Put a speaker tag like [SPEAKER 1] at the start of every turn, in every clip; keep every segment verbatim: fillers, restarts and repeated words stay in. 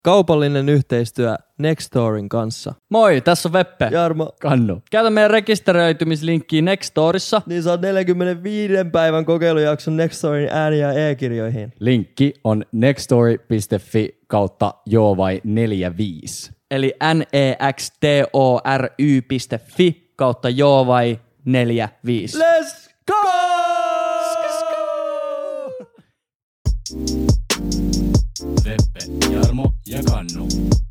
[SPEAKER 1] Kaupallinen yhteistyö Nextorin kanssa.
[SPEAKER 2] Moi, tässä on Veppe.
[SPEAKER 1] Jarmo.
[SPEAKER 2] Kannu. Käytä meidän rekisteröitymislinkkiä Nextorissa.
[SPEAKER 1] Niin saa neljänkymmenenviiden päivän kokeilujakson Nextorin ääni- ja e-kirjoihin.
[SPEAKER 2] Linkki on nextory.fi kautta joo vai neljäkymmentäviisi. Eli nextory.fi kautta joo vai neljäkymmentäviisi.
[SPEAKER 1] Let's go!
[SPEAKER 3] Veppe, Jarmo ja Kannu.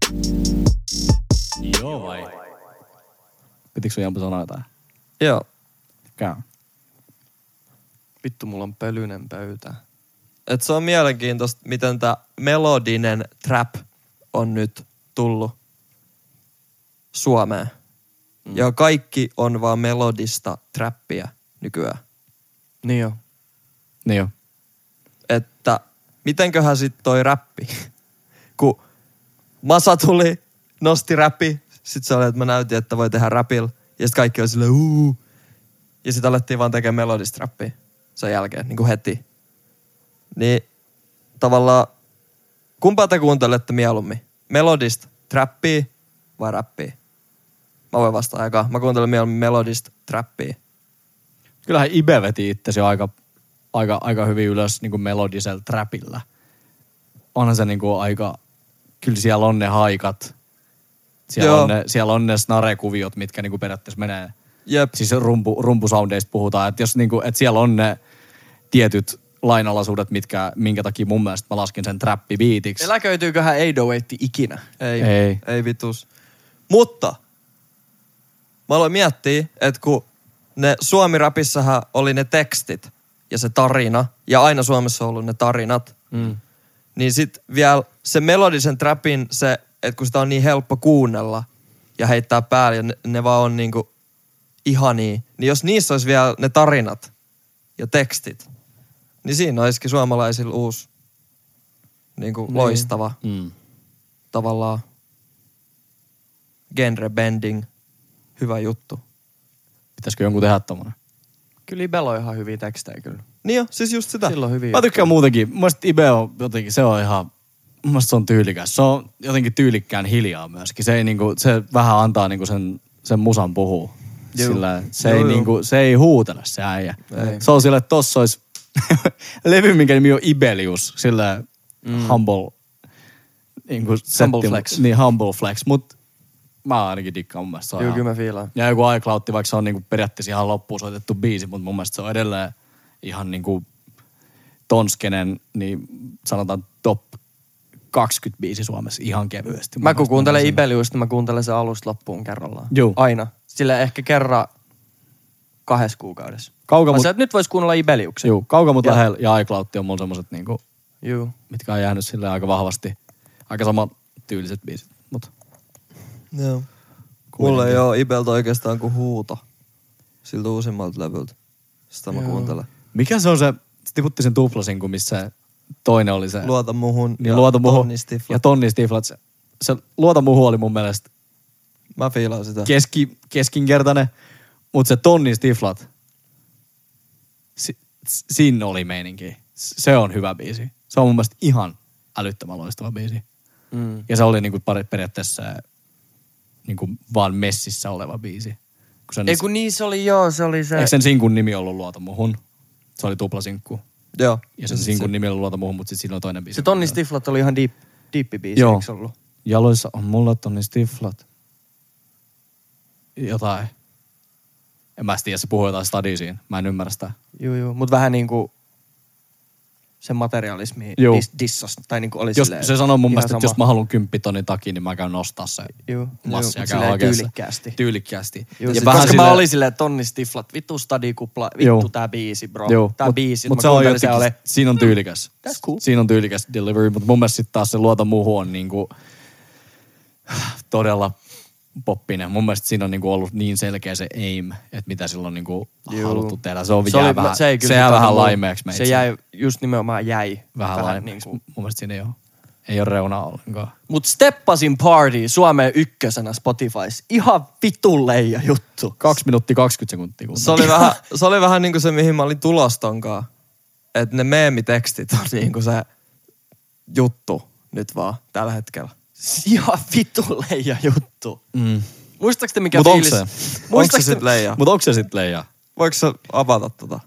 [SPEAKER 3] Joo vai?
[SPEAKER 2] Pitikö sun Jampo sanoa jotain?
[SPEAKER 1] Joo.
[SPEAKER 2] Käy.
[SPEAKER 1] Vittu, mulla on pölyinen pöytä. Et se on mielenkiintoista, miten tää melodinen trap on nyt tullut Suomeen. Mm. Ja kaikki on vaan melodista trappia nykyään.
[SPEAKER 4] Niin jo.
[SPEAKER 2] Niin jo.
[SPEAKER 1] Että mitenköhän sit toi räppi, kun Masa tuli, nosti räppi, sit se oli, että mä näytin, että voi tehdä räpillä, ja sit kaikki oli silleen uuu, ja sit alettiin vaan tekemään melodista räppiä sen jälkeen, niin kuin heti. Niin tavallaan, kumpaa te kuuntelette mieluummin? Melodista trappia vai räppiä? Mä voin vastata aikaa. Mä kuuntelen mieluummin melodista trappia.
[SPEAKER 2] Kyllähän Ibe veti itsesi aika, aika, aika hyvin ylös niin kuin melodisella trapilla. Onhan se niin kuin aika, kyllä siellä on ne haikat. Siellä, on ne, siellä on ne snare-kuviot, mitkä niin kuin periaatteessa menee.
[SPEAKER 1] Jep.
[SPEAKER 2] Siis rumpu, rumpusoundeista puhutaan. Että jos niin kuin, että siellä on ne tietyt lainalaisuudet, mitkä, minkä takia mun mielestä mä laskin sen trappibiitiksi.
[SPEAKER 4] Eläköityyköhän eight oh eight ikinä?
[SPEAKER 1] Ei,
[SPEAKER 2] Ei.
[SPEAKER 1] ei vitus. Mutta mä aloin miettiä, että kun ne Suomi-rapissahan oli ne tekstit ja se tarina, ja aina Suomessa on ollut ne tarinat,
[SPEAKER 4] Mm.
[SPEAKER 1] niin sit vielä se melodisen trapin, se, että kun sitä on niin helppo kuunnella ja heittää päälle ja ne, ne vaan on niinku ihania, niin jos niissä olisi vielä ne tarinat ja tekstit, niin siinä olisikin suomalaisilla uusi niinku
[SPEAKER 4] Niin.
[SPEAKER 1] loistava
[SPEAKER 2] Mm.
[SPEAKER 1] tavallaan genre bending, hyvä juttu.
[SPEAKER 2] Pitäisikö jonkun tehdä tommonen?
[SPEAKER 4] Kyllä Ibella on ihan hyviä tekstejä kyllä.
[SPEAKER 1] Niin jo, siis just sitä.
[SPEAKER 4] Silloin hyviä.
[SPEAKER 2] Mä tykkään muutenkin. Mun mielestä Ibe on jotenkin, se on ihan, mun mielestä se on tyylikäs. Se on jotenkin tyylikkään hiljaa myöskin. Se ei niinku, se vähän antaa niinku sen, sen musan puhua. Sillä se
[SPEAKER 1] Joo,
[SPEAKER 2] ei
[SPEAKER 1] joo.
[SPEAKER 2] niinku, se ei huutele se äijä.
[SPEAKER 1] Ei.
[SPEAKER 2] Se on sillä, että tossa olisi levy, minkä nimi on Ibelius. Sillä mm. humble, niinku setti,
[SPEAKER 4] flex.
[SPEAKER 2] Niin, humble flex. Mut mä ainakin dikkaan mun mielestä. Se on
[SPEAKER 4] Joo,
[SPEAKER 2] ihan-
[SPEAKER 4] kyllä mä fiilaan.
[SPEAKER 2] ja joku iCloud, vaikka se on niinku periaatteessa ihan loppuun soitettu biisi, mutta mun mielestä se on edelleen ihan niinku tonskenen, niin sanotaan top kaksikymmentä biisi Suomessa ihan kevyesti.
[SPEAKER 4] Mä kun
[SPEAKER 2] Mun
[SPEAKER 4] kuuntelen
[SPEAKER 2] mielestä
[SPEAKER 4] Ibeliusta, mä kuuntelen sen alusta loppuun kerrallaan.
[SPEAKER 2] Juu.
[SPEAKER 4] Aina. Sillä ehkä kerran kahdessa kuukaudessa.
[SPEAKER 2] Kauka,
[SPEAKER 4] Mä
[SPEAKER 2] mut,
[SPEAKER 4] sanoin, että nyt vois kuunnella Ibeliuksen.
[SPEAKER 2] juu, kauka mut
[SPEAKER 4] Ja-
[SPEAKER 2] lähellä ja iCloud on mulla semmoset niinku,
[SPEAKER 4] Juu.
[SPEAKER 2] mitkä on jäänyt silleen aika vahvasti. Aika saman tyyliset biisit, mut
[SPEAKER 1] Joo. Mulla ei oo Ibeltä oikeastaan kuin huuto siltä uusimmalta levyltä. Sitä mä
[SPEAKER 4] Joo.
[SPEAKER 1] kuuntelen.
[SPEAKER 2] mikä se on se, se tiputti sen tuplasinku, missä toinen oli se.
[SPEAKER 1] Luota muhun
[SPEAKER 2] Niin
[SPEAKER 1] ja
[SPEAKER 2] luota muhun.
[SPEAKER 1] Tonni Stiflat.
[SPEAKER 2] Ja Tonni Stiflat. Se, se luota muhun oli mun mielestä
[SPEAKER 1] Mä fiilaan sitä.
[SPEAKER 2] keski, keskinkertainen, mutta se Tonni Stiflat, si, si- siinä oli meininki. Se on hyvä biisi. Se on mun mielestä ihan älyttömän loistava biisi.
[SPEAKER 4] Mm.
[SPEAKER 2] Ja se oli niinku pari, periaatteessa niinku vaan messissä oleva biisi. Kun sen,
[SPEAKER 4] Ei kun niin se oli, joo, se oli se.
[SPEAKER 2] eikö sen sinkun nimi ollut Luota muhun? Se oli tuplasinkku.
[SPEAKER 1] Joo.
[SPEAKER 2] Ja sen sinkun nimi oli Luota muhun, mutta sitten siinä oli toinen biisi.
[SPEAKER 4] Se Tonni Stiflat oli ihan deep, deeppi biisi,
[SPEAKER 2] Joo.
[SPEAKER 4] eikö se ollut?
[SPEAKER 2] Jaloissa on mulla Tonni Stiflat. Jotain. En mä tiedä, se puhuu jotain stadisiin. Mä en ymmärrä sitä.
[SPEAKER 4] Juu, juu. Mut vähän niinku se materialismi
[SPEAKER 2] Juu.
[SPEAKER 4] dis, dissas. Tai niinku oli
[SPEAKER 2] Jos,
[SPEAKER 4] silleen,
[SPEAKER 2] se sanoo mun
[SPEAKER 4] ihan
[SPEAKER 2] mielestä, että
[SPEAKER 4] sama.
[SPEAKER 2] jos mä haluan kymppitonnin takia, niin mä käyn nostaa se
[SPEAKER 4] Juu,
[SPEAKER 2] lassi
[SPEAKER 4] juu,
[SPEAKER 2] ja
[SPEAKER 4] mut
[SPEAKER 2] käyn
[SPEAKER 4] silleen
[SPEAKER 2] hakea se
[SPEAKER 4] tyylikkäästi.
[SPEAKER 2] tyylikkäästi.
[SPEAKER 4] Juu,
[SPEAKER 2] ja
[SPEAKER 4] sit,
[SPEAKER 2] vähän
[SPEAKER 4] koska
[SPEAKER 2] silleen-
[SPEAKER 4] mä olin silleen, Tonni Stiflat, vittu stadikupla, vittu
[SPEAKER 2] Juu.
[SPEAKER 4] tää biisi, bro.
[SPEAKER 2] Joo,
[SPEAKER 4] Tää
[SPEAKER 2] mut,
[SPEAKER 4] biisi.
[SPEAKER 2] mut
[SPEAKER 4] Mä
[SPEAKER 2] se on
[SPEAKER 4] kuuntelin, se
[SPEAKER 2] jotenkin,
[SPEAKER 4] oli,
[SPEAKER 2] siinä on tyylikäs.
[SPEAKER 4] that's cool.
[SPEAKER 2] Siinä on tyylikäs delivery, mutta mun mielestä sitten taas se Luota muuhun on niinku todella poppinen. Mun mielestä siinä on niinku ollut niin selkeä se aim, että mitä silloin on niinku
[SPEAKER 4] Juu.
[SPEAKER 2] haluttu tehdä. Se, on
[SPEAKER 4] se,
[SPEAKER 2] jää
[SPEAKER 4] oli,
[SPEAKER 2] vähän,
[SPEAKER 4] se, ei kyllä
[SPEAKER 2] se jää
[SPEAKER 4] sitä
[SPEAKER 2] vähän
[SPEAKER 4] ollut.
[SPEAKER 2] laimeeksi meitä.
[SPEAKER 4] Se jäi, just nimenomaan jäi.
[SPEAKER 2] vähän laimeeksi.
[SPEAKER 4] Niinku.
[SPEAKER 2] Mun mielestä siinä ei ole, ei ole reunaa ollenkaan.
[SPEAKER 4] Mut Steppasin Party Suomeen ykkösenä Spotifys. Ihan vitun leija juttu.
[SPEAKER 2] Kaksi minuuttia kaksikymmentä sekuntia. Kun
[SPEAKER 1] Se oli vähän, se oli vähän niinku se, mihin mä olin tulostonkaan. Että ne meemitekstit on niinku se juttu nyt vaan tällä hetkellä.
[SPEAKER 4] Ihan vittu leija juttu.
[SPEAKER 2] Mm.
[SPEAKER 4] Muistaaks te mikä
[SPEAKER 2] Mut onks
[SPEAKER 4] fiilis?
[SPEAKER 2] se?
[SPEAKER 1] Onko se
[SPEAKER 4] Muistaaks te
[SPEAKER 1] sit leija?
[SPEAKER 2] Mut onko se sit leija?
[SPEAKER 1] Voiko sä avata tota?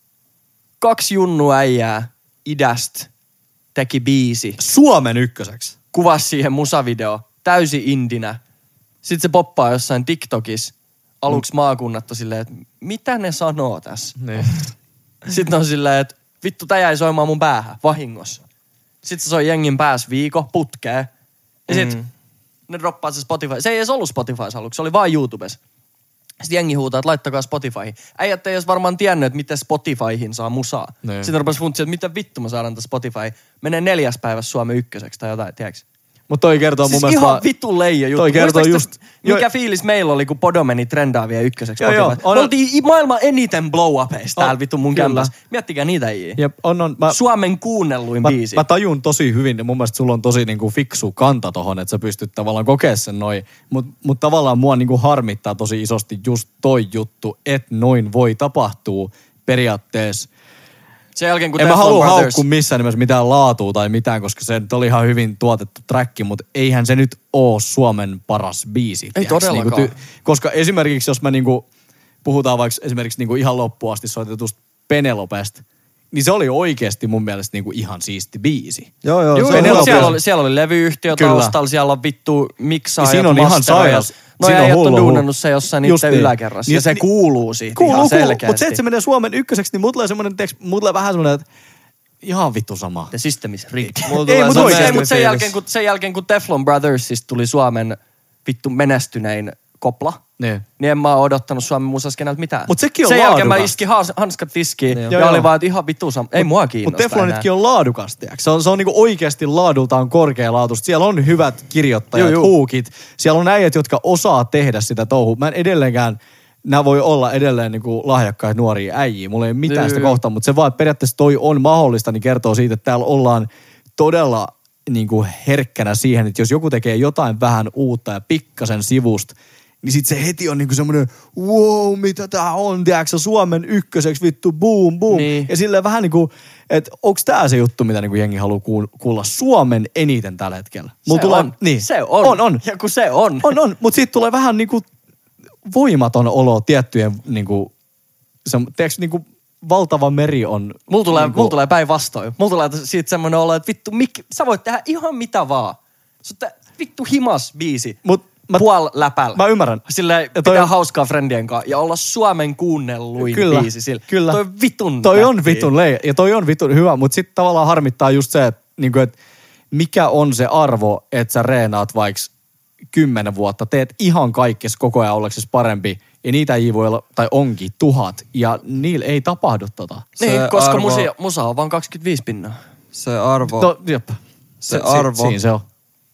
[SPEAKER 4] kaksi junnu äijää idästä teki biisi.
[SPEAKER 2] Suomen ykköseksi.
[SPEAKER 4] Kuvasi siihen musavideo. Täysi indinä. Sitten se poppaa jossain TikTokissa. Aluksi maakunnat on silleen, että mitä ne sanoo tässä?
[SPEAKER 2] Niin.
[SPEAKER 4] Sitten on silleen, että vittu tää jäi soimaan mun päähän vahingossa. Sitten se soi jengin päässä viikko putkeen. Ja sit
[SPEAKER 1] Mm.
[SPEAKER 4] ne droppaa se Spotify. Se ei edes ollut Spotifys aluksi, se oli vaan YouTubessa. Sitten jengi huutaa, että laittakaa Spotifyhin. Äijät ei edes varmaan tiennyt, että miten Spotifyhin saa musaa.
[SPEAKER 2] Niin.
[SPEAKER 4] Sitten rupesi funtsia, että mitä vittu mä saadaan tästä Spotify. Menee neljäs päivässä Suomen ykköseksi tai jotain, tiedätkö?
[SPEAKER 2] Mut toi kertoo mun
[SPEAKER 4] Siis
[SPEAKER 2] mielestä
[SPEAKER 4] ihan
[SPEAKER 2] vaan...
[SPEAKER 4] vitun leija juttu.
[SPEAKER 2] Toi kertoo
[SPEAKER 4] Muistaaks te,
[SPEAKER 2] just-
[SPEAKER 4] mikä
[SPEAKER 2] jo-
[SPEAKER 4] fiilis meillä oli, kun Podo meni trendaavia ykköseksi
[SPEAKER 2] Joo, joo.
[SPEAKER 4] Spotify.
[SPEAKER 2] On-
[SPEAKER 4] Me oltiin i- maailman eniten blow-upeista täällä vitun mun
[SPEAKER 2] Kyllä.
[SPEAKER 4] kämpässä. Miettikää niitä ei.
[SPEAKER 2] Jep, on, on. Mä,
[SPEAKER 4] Suomen kuunnelluin
[SPEAKER 2] mä,
[SPEAKER 4] biisi.
[SPEAKER 2] mä tajun tosi hyvin, ja mun mielestä sulla on tosi niinku fiksu kanta tohon, että sä pystyt tavallaan kokea sen noin. Mut, mut tavallaan mua niinku harmittaa tosi isosti just toi juttu, että noin voi tapahtua periaatteessa.
[SPEAKER 4] Sen jälkeen, kun
[SPEAKER 2] En mä
[SPEAKER 4] Teflon
[SPEAKER 2] halua
[SPEAKER 4] Brothers...
[SPEAKER 2] haukkua missään nimessä mitään laatua tai mitään, koska se nyt oli ihan hyvin tuotettu träkki, mutta eihän se nyt oo Suomen paras biisi.
[SPEAKER 4] Ei
[SPEAKER 2] tiiäks,
[SPEAKER 4] todellakaan.
[SPEAKER 2] Niinku koska esimerkiksi jos mä niinku, puhutaan vaikka esimerkiksi niinku ihan loppuun asti soitetusta Penelopesta, niin se oli oikeasti mun mielestä niinku ihan siisti biisi.
[SPEAKER 1] Joo, joo.
[SPEAKER 4] Joo,
[SPEAKER 1] se on
[SPEAKER 4] joo,
[SPEAKER 2] Penelope-
[SPEAKER 4] siellä, oli, siellä oli levyyhtiö
[SPEAKER 2] Kyllä.
[SPEAKER 4] taustalla, siellä on vittu miksaajat,
[SPEAKER 2] Niin siinä on ihan
[SPEAKER 4] masteroijat.
[SPEAKER 2] sairas.
[SPEAKER 4] No
[SPEAKER 2] Siinä on
[SPEAKER 4] äijät on
[SPEAKER 2] hullu,
[SPEAKER 4] duunannut
[SPEAKER 2] hullu.
[SPEAKER 4] se jossain
[SPEAKER 2] Just
[SPEAKER 4] niiden
[SPEAKER 2] niin.
[SPEAKER 4] yläkerrassa.
[SPEAKER 2] Niin,
[SPEAKER 4] Ja se
[SPEAKER 2] niin-
[SPEAKER 4] kuuluu siitä
[SPEAKER 2] Kuuluu,
[SPEAKER 4] ihan
[SPEAKER 2] kuuluu.
[SPEAKER 4] selkeästi.
[SPEAKER 2] Mutta se, että se menee Suomen ykköseksi, niin mulla tulee semmoinen, tiiäks, mulla tulee vähän semmoinen, että ihan vittu sama.
[SPEAKER 4] The system is rigged.
[SPEAKER 1] Mulla
[SPEAKER 2] Ei,
[SPEAKER 1] tulee
[SPEAKER 2] mut
[SPEAKER 1] se
[SPEAKER 2] oikein,
[SPEAKER 4] Ei,
[SPEAKER 1] meidän
[SPEAKER 4] mutta sen
[SPEAKER 1] fiilis.
[SPEAKER 4] jälkeen, kun, sen jälkeen, kun Teflon Brothersista tuli Suomen vittu menestynein kopla,
[SPEAKER 2] Niin.
[SPEAKER 4] niin en mä oo odottanut Suomen musaskeneltä mitään.
[SPEAKER 2] Mut sekin on
[SPEAKER 4] sen jälkeen mä
[SPEAKER 2] laadukas.
[SPEAKER 4] iskin haas- hanskat tiskiin
[SPEAKER 1] Niin
[SPEAKER 4] ja
[SPEAKER 2] Joo,
[SPEAKER 4] oli
[SPEAKER 2] joo.
[SPEAKER 4] vaan, että ihan vittu sama. Ei mua
[SPEAKER 2] Mutta
[SPEAKER 4] kiinnosta
[SPEAKER 2] Teflonitkin on laadukas, tiiäks. Se on, se on niinku oikeasti laadultaan korkealaatuista. Siellä on hyvät kirjoittajat,
[SPEAKER 4] Joo, joo.
[SPEAKER 2] huukit. Siellä on äijät, jotka osaa tehdä sitä touhua. Mä en edelleenkään, nämä voi olla edelleen niinku lahjakkaita nuoria äijiä. Mulla ei ole mitään
[SPEAKER 4] Joo,
[SPEAKER 2] sitä
[SPEAKER 4] joo.
[SPEAKER 2] kohtaa, mutta se vaan, että periaatteessa toi on mahdollista, niin kertoo siitä, että täällä ollaan todella niinku herkkänä siihen, että jos joku tekee jotain vähän uutta ja pikkasen sivusta, niin sit se heti on niinku semmoinen, wow, mitä tää on, tiedätkö Suomen ykköseksi, vittu, boom, boom.
[SPEAKER 4] Niin.
[SPEAKER 2] Ja silleen vähän niinku, että onks tää se juttu, mitä niinku jengi haluaa kuul- kuulla Suomen eniten tällä hetkellä. Mulla
[SPEAKER 4] Se
[SPEAKER 2] tulee,
[SPEAKER 4] on.
[SPEAKER 2] Niin.
[SPEAKER 4] Se on.
[SPEAKER 2] On, on.
[SPEAKER 4] Ja kun se on.
[SPEAKER 2] On, on. Mutta siitä tulee vähän niinku voimaton olo tiettyjen niinku, se, tiedätkö, niinku valtava meri on.
[SPEAKER 4] Mulla tulee,
[SPEAKER 2] niinku,
[SPEAKER 4] mulla tulee päinvastoin. Mulla tulee siitä semmoinen olo, että vittu, mik, sä voit tehdä ihan mitä vaan. Sä oot vittu himas biisi.
[SPEAKER 2] Mut mä-
[SPEAKER 4] Puol läpällä.
[SPEAKER 2] Mä ymmärrän.
[SPEAKER 4] Silleen
[SPEAKER 2] Ja toi
[SPEAKER 4] pitää
[SPEAKER 2] on-
[SPEAKER 4] hauskaa friendien kanssa ja olla Suomen kuunnelluin
[SPEAKER 2] Kyllä,
[SPEAKER 4] biisi. Sillä.
[SPEAKER 2] kyllä.
[SPEAKER 4] Toi on vitun
[SPEAKER 2] Toi on
[SPEAKER 4] nättiä.
[SPEAKER 2] vitun leija ja toi on vitun hyvä, mutta sitten tavallaan harmittaa just se, että niinku, et mikä on se arvo, että sä reenaat vaikka kymmenen vuotta, teet ihan kaikkes koko ajan olleksesi parempi ja niitä ei voi olla, tai onkin tuhat ja niillä ei tapahdu tota.
[SPEAKER 1] Se
[SPEAKER 4] Niin, koska
[SPEAKER 1] arvo-
[SPEAKER 4] musa, musa on vaan kaksikymmentäviisi pinnaa.
[SPEAKER 1] Se arvo,
[SPEAKER 2] No, jep.
[SPEAKER 1] se arvo,
[SPEAKER 2] Siinä se on.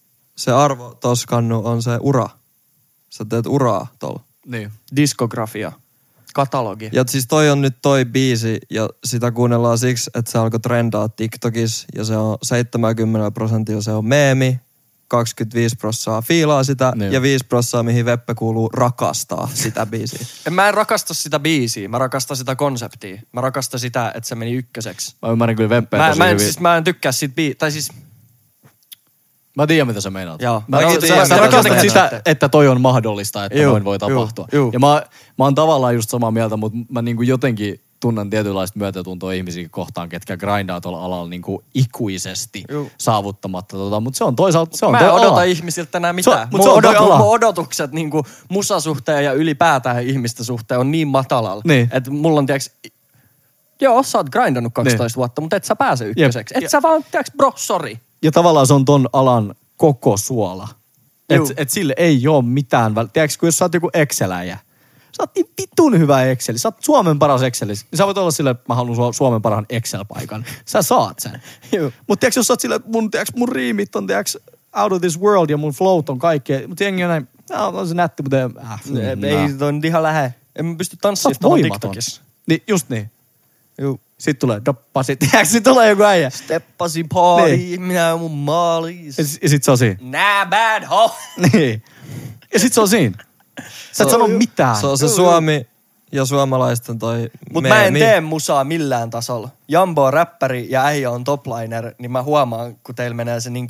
[SPEAKER 1] se arvo tossa kannu on se ura. Sä teet uraa tolla.
[SPEAKER 2] Niin.
[SPEAKER 4] Diskografia. Katalogi.
[SPEAKER 1] Ja siis toi on nyt toi biisi ja sitä kuunnellaan siksi, että se alkoi trendaa TikTokissa ja se on seitsemänkymmentä prosenttia se on meemi, kaksikymmentäviisi prosenttia fiilaa sitä
[SPEAKER 2] Niin.
[SPEAKER 1] ja viisi prosenttia mihin Veppe kuuluu rakastaa sitä biisiä.
[SPEAKER 4] En, mä en rakasta sitä biisiä, mä rakastan sitä konseptia. Mä rakastan sitä, että se meni ykköseksi.
[SPEAKER 2] Mä ymmärrän kyllä Veppeä
[SPEAKER 4] Mä,
[SPEAKER 2] tosi
[SPEAKER 4] mä, en,
[SPEAKER 2] hyvin.
[SPEAKER 4] siis, mä en tykkää siitä biisiä. Tai siis,
[SPEAKER 2] Mä tiedän, mitä sä meinaat.
[SPEAKER 4] Joo.
[SPEAKER 2] Mä,
[SPEAKER 1] Mäkin
[SPEAKER 2] sä,
[SPEAKER 1] tiedän,
[SPEAKER 2] sä
[SPEAKER 1] mitä
[SPEAKER 2] rakastat
[SPEAKER 1] sä
[SPEAKER 2] sitä,
[SPEAKER 4] meinaat.
[SPEAKER 2] että toi on mahdollista, että
[SPEAKER 4] Juu,
[SPEAKER 2] noin voi
[SPEAKER 4] juu,
[SPEAKER 2] tapahtua.
[SPEAKER 4] juu.
[SPEAKER 2] Ja mä, mä oon tavallaan just samaa mieltä, mutta mä niinku jotenkin tunnen tietynlaista myötätuntoa ihmisiä kohtaan, ketkä grindaa tuolla alalla niinku ikuisesti
[SPEAKER 4] Juu.
[SPEAKER 2] saavuttamatta tota. Mutta se on toisaalta, se on
[SPEAKER 4] mä en
[SPEAKER 2] toi
[SPEAKER 4] odota
[SPEAKER 2] ala.
[SPEAKER 4] ihmisiltä enää
[SPEAKER 2] Se
[SPEAKER 4] mitään.
[SPEAKER 2] on- mut
[SPEAKER 4] mun,
[SPEAKER 2] se on toi
[SPEAKER 4] odotu,
[SPEAKER 2] ala.
[SPEAKER 4] mun odotukset niinku musasuhteen ja ylipäätään ihmisten suhteen on niin matalalla.
[SPEAKER 2] Niin.
[SPEAKER 4] Että mulla on, tiiäks, joo, sä oot grindannut kaksitoista vuotta, mutta et sä pääse ykköseksi. Et
[SPEAKER 2] Ja-
[SPEAKER 4] sä vaan, tiiäks, bro, sorry.
[SPEAKER 2] Ja tavallaan se on ton alan koko suola.
[SPEAKER 4] Juu.
[SPEAKER 2] Että et sille ei ole mitään väl... Tiedätkö, kun jos sä oot joku Exceläjä, sä oot niin vitun hyvä Exceli, sä oot Suomen paras Excelissä, niin sä voit olla silleen, että mä haluan Su- Suomen parhaan Excel-paikan. Sä saat sen.
[SPEAKER 4] Juu.
[SPEAKER 2] Mutta tiedätkö, jos sä oot silleen, että mun, tiedätkö, mun riimit on, tiedätkö, out of this world ja mun flowt on kaikkea. Mutta jengi on näin, no, on se nätti, mutta ei... Äh,
[SPEAKER 4] Mm, ei, toi on ihan lähe. En mä pysty
[SPEAKER 2] Sä
[SPEAKER 4] tanssimaan
[SPEAKER 2] oot
[SPEAKER 4] tuolla
[SPEAKER 2] voimaton.
[SPEAKER 4] TikTokissa.
[SPEAKER 2] Niin, just niin.
[SPEAKER 4] Juu.
[SPEAKER 2] Sitten tulee doppasi, tiedätkö, sitten tulee joku äijä.
[SPEAKER 4] Steppasi party,
[SPEAKER 2] Niin.
[SPEAKER 4] minä mun maalis.
[SPEAKER 2] Ja, s- ja sit se on siinä.
[SPEAKER 4] Nää bad ho.
[SPEAKER 2] Niin. Ja sit se on siinä. Sä et sano mitään.
[SPEAKER 1] Se on se Suomi ja suomalaisten toi
[SPEAKER 4] Mut
[SPEAKER 1] meemi.
[SPEAKER 4] mä en tee musaa millään tasolla. Jambo on räppäri ja äijä on topliner, niin mä huomaan, kun teillä menee se niinku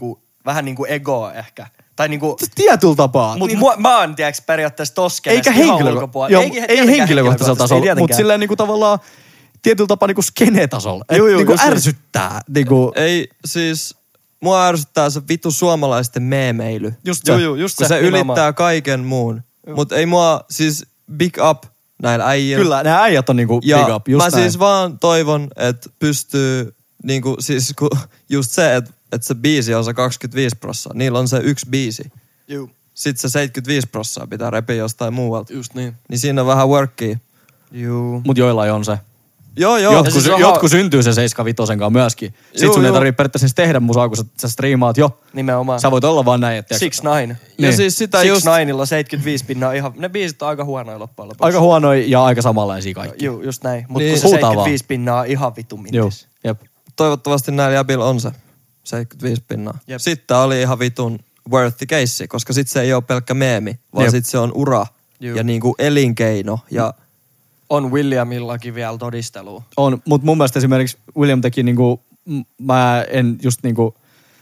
[SPEAKER 4] vähän niinku egoa ehkä. Tai niinku...
[SPEAKER 2] Tietyllä tapaa.
[SPEAKER 4] Mut
[SPEAKER 2] niin,
[SPEAKER 4] mua, mä oon tiiäks periaatteessa toskeneesta
[SPEAKER 2] eikä
[SPEAKER 4] ihan
[SPEAKER 2] henkilö,
[SPEAKER 4] ulkopuolella.
[SPEAKER 2] joo, ei, ei henkilökohtaisella tasolla, mutta silleen niinku tavallaan tietyllä tapaa niinku skene-tasolla.
[SPEAKER 4] Joo, joo,
[SPEAKER 2] niinku
[SPEAKER 4] just niin.
[SPEAKER 2] ärsyttää. Niinku,
[SPEAKER 1] Ei, siis mua ärsyttää se vittu suomalaisten meemeily.
[SPEAKER 2] just se.
[SPEAKER 4] Joo, joo, just
[SPEAKER 1] Kun
[SPEAKER 4] se.
[SPEAKER 1] se
[SPEAKER 4] nimenomaan.
[SPEAKER 1] ylittää kaiken muun. Mut ei mua, siis big up näillä äijillä.
[SPEAKER 2] Kyllä, nämä äijät on niinku
[SPEAKER 1] Ja
[SPEAKER 2] big up, just
[SPEAKER 1] mä
[SPEAKER 2] näin.
[SPEAKER 1] siis vaan toivon, että pystyy, niinku, siis ku, just se, että et se biisi on se kaksikymmentäviisi prosenttia. Niillä on se yksi biisi.
[SPEAKER 4] Juu,
[SPEAKER 1] Sitten se seitsemänkymmentäviisi prosenttia pitää repiä jostain muualta.
[SPEAKER 4] just niin.
[SPEAKER 1] Niin siinä on vähän workia.
[SPEAKER 4] Juu.
[SPEAKER 2] Mut joillain on se.
[SPEAKER 1] Joo, joo.
[SPEAKER 2] Jotkut,
[SPEAKER 4] siis on
[SPEAKER 2] jotkut syntyy se seitsemänkymmentäviisi kanssa myöskin. Sitten
[SPEAKER 1] Juu,
[SPEAKER 2] sun ei
[SPEAKER 1] juu.
[SPEAKER 2] tarvitse periaatteessa edes tehdä musaa, kun sä, sä striimaat jo.
[SPEAKER 4] Nimenomaan.
[SPEAKER 2] Sä voit olla vaan näin, että
[SPEAKER 4] Six Nine.
[SPEAKER 1] Ja
[SPEAKER 2] Niin.
[SPEAKER 1] siis sitä
[SPEAKER 4] Six
[SPEAKER 1] just...
[SPEAKER 4] Nineilla seitsemänkymmentäviisi pinnaa ihan... Ne biisit on aika huonoja loppujen lopuksi.
[SPEAKER 2] aika huonoja ja aika samanlaisia kaikki.
[SPEAKER 4] Juu, just näin. Mutta
[SPEAKER 1] Niin.
[SPEAKER 4] niin. kun se
[SPEAKER 2] Huutaa vaan.
[SPEAKER 4] seitsemänkymmentäviisi pinnaa on ihan vitun
[SPEAKER 2] Joo,
[SPEAKER 4] mintis.
[SPEAKER 2] jep.
[SPEAKER 1] Toivottavasti näillä jäbillä on se seitsemänkymmentäviisi pinnaa.
[SPEAKER 4] Jep.
[SPEAKER 1] Sitten tää oli ihan vitun worthy case, koska sit se ei ole pelkkä meemi, vaan
[SPEAKER 2] Jep.
[SPEAKER 1] sit se on ura
[SPEAKER 4] Juu.
[SPEAKER 1] ja niinku elinkeino. Ja
[SPEAKER 4] On Williamillakin vielä todistelua.
[SPEAKER 2] On, mutta mun mielestä esimerkiksi William teki niinku, m- mä en just niinku,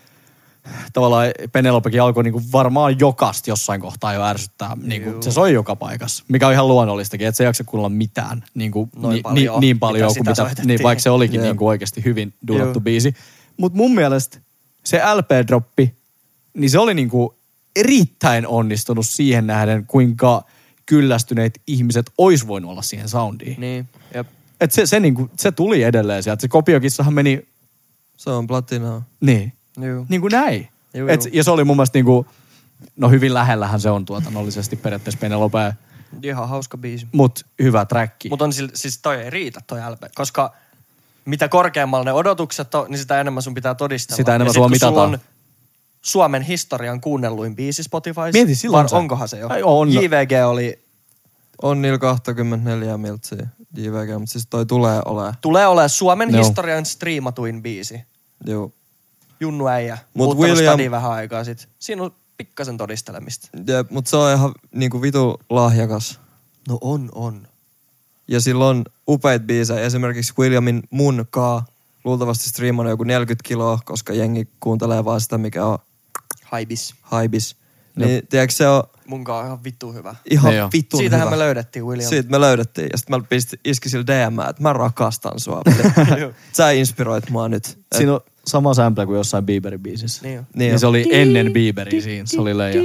[SPEAKER 2] tavallaan Penelopekin alkoi niinku varmaan jokasta jossain kohtaa jo ärsyttää. Niinku,
[SPEAKER 4] Juu.
[SPEAKER 2] se soi joka paikassa, mikä on ihan luonnollistakin, että se ei jaksa kuulla mitään niinku,
[SPEAKER 4] Noin
[SPEAKER 2] ni,
[SPEAKER 4] paljon,
[SPEAKER 2] ni, niin paljon
[SPEAKER 4] mitä
[SPEAKER 2] kuin
[SPEAKER 4] sitä
[SPEAKER 2] mitä,
[SPEAKER 4] soitettiin.
[SPEAKER 2] niin, vaikka se olikin
[SPEAKER 1] Jep.
[SPEAKER 2] niinku oikeasti hyvin duudattu
[SPEAKER 4] Juu.
[SPEAKER 2] biisi. Mutta mun mielestä se L P-droppi, niin se oli niinku erittäin onnistunut siihen nähden, kuinka kyllästyneet ihmiset ois voinut olla siihen soundiin.
[SPEAKER 4] Niin, jep.
[SPEAKER 2] Et se, se, niinku, se tuli edelleen sieltä. Se kopiokissahan meni
[SPEAKER 1] se on platinaa.
[SPEAKER 2] niin,
[SPEAKER 4] Juu.
[SPEAKER 2] niin kuin näin.
[SPEAKER 4] Juu,
[SPEAKER 2] Et,
[SPEAKER 4] juu.
[SPEAKER 2] ja se oli mun mielestä niinku, no hyvin lähellähän se on tuotannollisesti periaatteessa Penelope,
[SPEAKER 4] Ihan hauska biisi.
[SPEAKER 2] mut hyvä träkki.
[SPEAKER 4] Mutta on sil- siis toi ei riitä toi L P, koska mitä korkeammalla ne odotukset on, niin sitä enemmän sun pitää todistella.
[SPEAKER 2] Sitä enemmän
[SPEAKER 4] ja
[SPEAKER 2] sua
[SPEAKER 4] sit, kun sulla
[SPEAKER 2] mitataan.
[SPEAKER 4] on Suomen historian kuunnelluin biisi Spotifyssa.
[SPEAKER 2] Mieti, silloin
[SPEAKER 4] var-
[SPEAKER 2] se.
[SPEAKER 4] Onkohan se jo?
[SPEAKER 2] Ai, on.
[SPEAKER 4] J V G oli,
[SPEAKER 1] On niillä kaksikymmentäneljä miltsiä J V G, mutta siis toi tulee olemaan.
[SPEAKER 4] tulee olemaan Suomen
[SPEAKER 2] Joo.
[SPEAKER 4] historian striimatuin biisi.
[SPEAKER 1] Joo.
[SPEAKER 4] Junnu äijä.
[SPEAKER 1] Mut
[SPEAKER 4] Muuttanut
[SPEAKER 1] William-
[SPEAKER 4] stadiin vähän aikaa sit. Siinä on pikkasen todistelemista.
[SPEAKER 1] Jep, mut se on ihan niinku vitu lahjakas.
[SPEAKER 4] No on, on.
[SPEAKER 1] Ja sillä on upeita biisejä. Esimerkiksi Williamin Mun kaa luultavasti striimannut joku neljäkymmentä kiloa, koska jengi kuuntelee vaan sitä, mikä on
[SPEAKER 4] Haibis.
[SPEAKER 1] haibis. Niin tiedätkö, se on
[SPEAKER 4] Munkaan on ihan vittu hyvä.
[SPEAKER 1] ihan
[SPEAKER 2] Ne joo.
[SPEAKER 1] vitun
[SPEAKER 4] Siitähän
[SPEAKER 1] hyvä.
[SPEAKER 4] me löydettiin William.
[SPEAKER 1] Siitä me löydettiin. Ja sitten mä pisti, iski sillä D M, että mä rakastan sua. Sä inspiroit mua nyt. Et,
[SPEAKER 2] Siinä on sama sample kuin jossain Bieberin biisissä.
[SPEAKER 4] Niin on.
[SPEAKER 1] niin
[SPEAKER 2] Ja
[SPEAKER 1] on.
[SPEAKER 2] se oli ennen Bieberia siinä, se oli leija.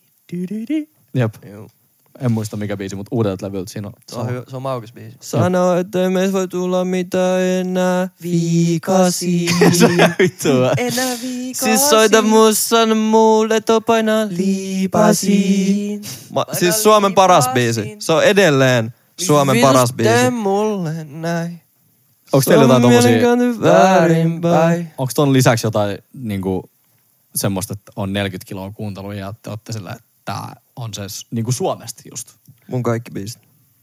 [SPEAKER 2] Jep,
[SPEAKER 4] Joo.
[SPEAKER 2] en muista mikä biisi, mutta uudelta levyltä siinä on.
[SPEAKER 4] Se on, hyvä, se on maukas biisi.
[SPEAKER 1] Sano, että me voi tulla mitä enää viikasi.
[SPEAKER 2] Vittu.
[SPEAKER 4] Enää viikasi.
[SPEAKER 1] Siis soita mussan mulle, to painaa liipasiin. Ma, siis Suomen paras biisi. Se on edelleen Suomen paras biisi.
[SPEAKER 4] mulle näin.
[SPEAKER 2] Onko teillä jotain tommosia,
[SPEAKER 4] Väärinpäin.
[SPEAKER 2] onko ton lisäksi jotain niinku semmoista, että on neljäkymmentä kiloa kuuntelua ja te ootte sillä, että tää on se s- niinku Suomesta just.
[SPEAKER 1] Mun kaikki biisit.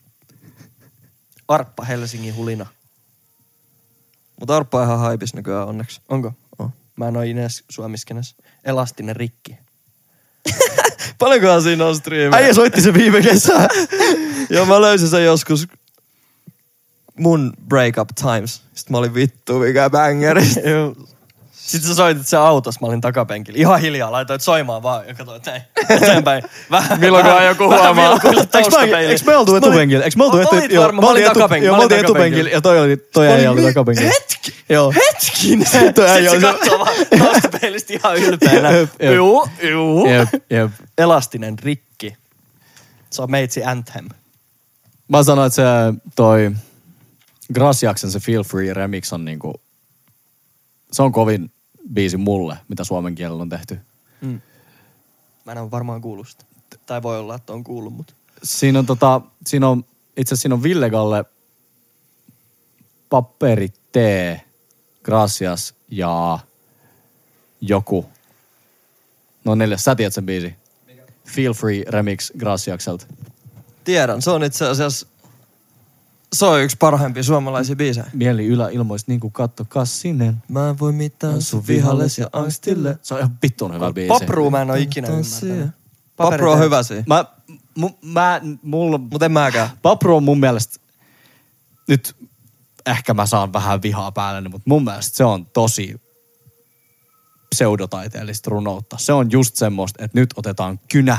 [SPEAKER 4] Arppa Helsingin hulina.
[SPEAKER 1] Mutta Arppa on ihan haipis nykyään onneksi.
[SPEAKER 4] Onko?
[SPEAKER 1] On.
[SPEAKER 4] Mä en oo Ines Suomiskenes. Elastinen rikki.
[SPEAKER 1] Paljonkohan siinä on striimejä?
[SPEAKER 2] Äijä soitti se viime kesä.
[SPEAKER 1] Joo, mä löysin sen joskus mun breakup times. Sitten mä olin vittu, mikä bangeri.
[SPEAKER 4] Sitten sä soitit sen autossa, mä olin takapenkillä. Ihan hiljaa, laitoit soimaan vaan ja katsoit näin eteenpäin. Vähän,
[SPEAKER 1] Milloinkohan joku
[SPEAKER 4] vähän
[SPEAKER 1] huomaa.
[SPEAKER 4] vilkuilla
[SPEAKER 2] Eikö me,
[SPEAKER 4] taustapeiliin.
[SPEAKER 2] eikö me oltu etupenkillä? Eikö me oltu
[SPEAKER 4] Olit
[SPEAKER 2] etu...
[SPEAKER 4] varmaan, mä olin takapenkillä,
[SPEAKER 2] Joo,
[SPEAKER 4] mä
[SPEAKER 2] me
[SPEAKER 4] olin
[SPEAKER 2] oltiin etupenkillä ja toi oli, toi äijä oli takapenkillä.
[SPEAKER 4] Hetki!
[SPEAKER 2] Joo.
[SPEAKER 4] Hetkinen!
[SPEAKER 2] Toi äijä
[SPEAKER 4] Sitten
[SPEAKER 2] oli
[SPEAKER 4] se katsoo vaan taustapeilistä ihan ylpeänä.
[SPEAKER 2] Jep, jep.
[SPEAKER 4] Juu, juu.
[SPEAKER 2] Jep, jep.
[SPEAKER 4] Elastinen rikki. Se on meitsi anthem.
[SPEAKER 2] Mä sanoin, että se toi Graciaksen se Feel Free remix on niinku, se on kovin biisi mulle, mitä suomen kielellä on tehty.
[SPEAKER 4] Mä en ole varmaan kuullut sitä. Tai voi olla, että on kuullut, mutta...
[SPEAKER 2] Siinä on tota, siinä on, itse asiassa siinä on Villegalle Paperi T, Gracias ja joku. No neljäs, sä tiedät sen biisi. Feel Free remix Graciakselta.
[SPEAKER 1] Tiedän, se on itse asiassa... Se on yksi parhaimpia suomalaisia biisejä.
[SPEAKER 2] Mieli yläilmoista niinku katto kassinen.
[SPEAKER 1] Mä en voi mitään sun vihalles ja angstille.
[SPEAKER 2] Se on ihan vittun hyvä biisi.
[SPEAKER 4] Papruu mä en ole ikinä ymmärtänyt.
[SPEAKER 1] Papro on hyvä siinä.
[SPEAKER 2] Mä, mu, mä, mulla,
[SPEAKER 1] Mut en mäkään.
[SPEAKER 2] Papro on mun mielestä, nyt ehkä mä saan vähän vihaa päälle, mutta mun mielestä se on tosi pseudotaiteellista runoutta. Se on just semmoista, että nyt otetaan kynä,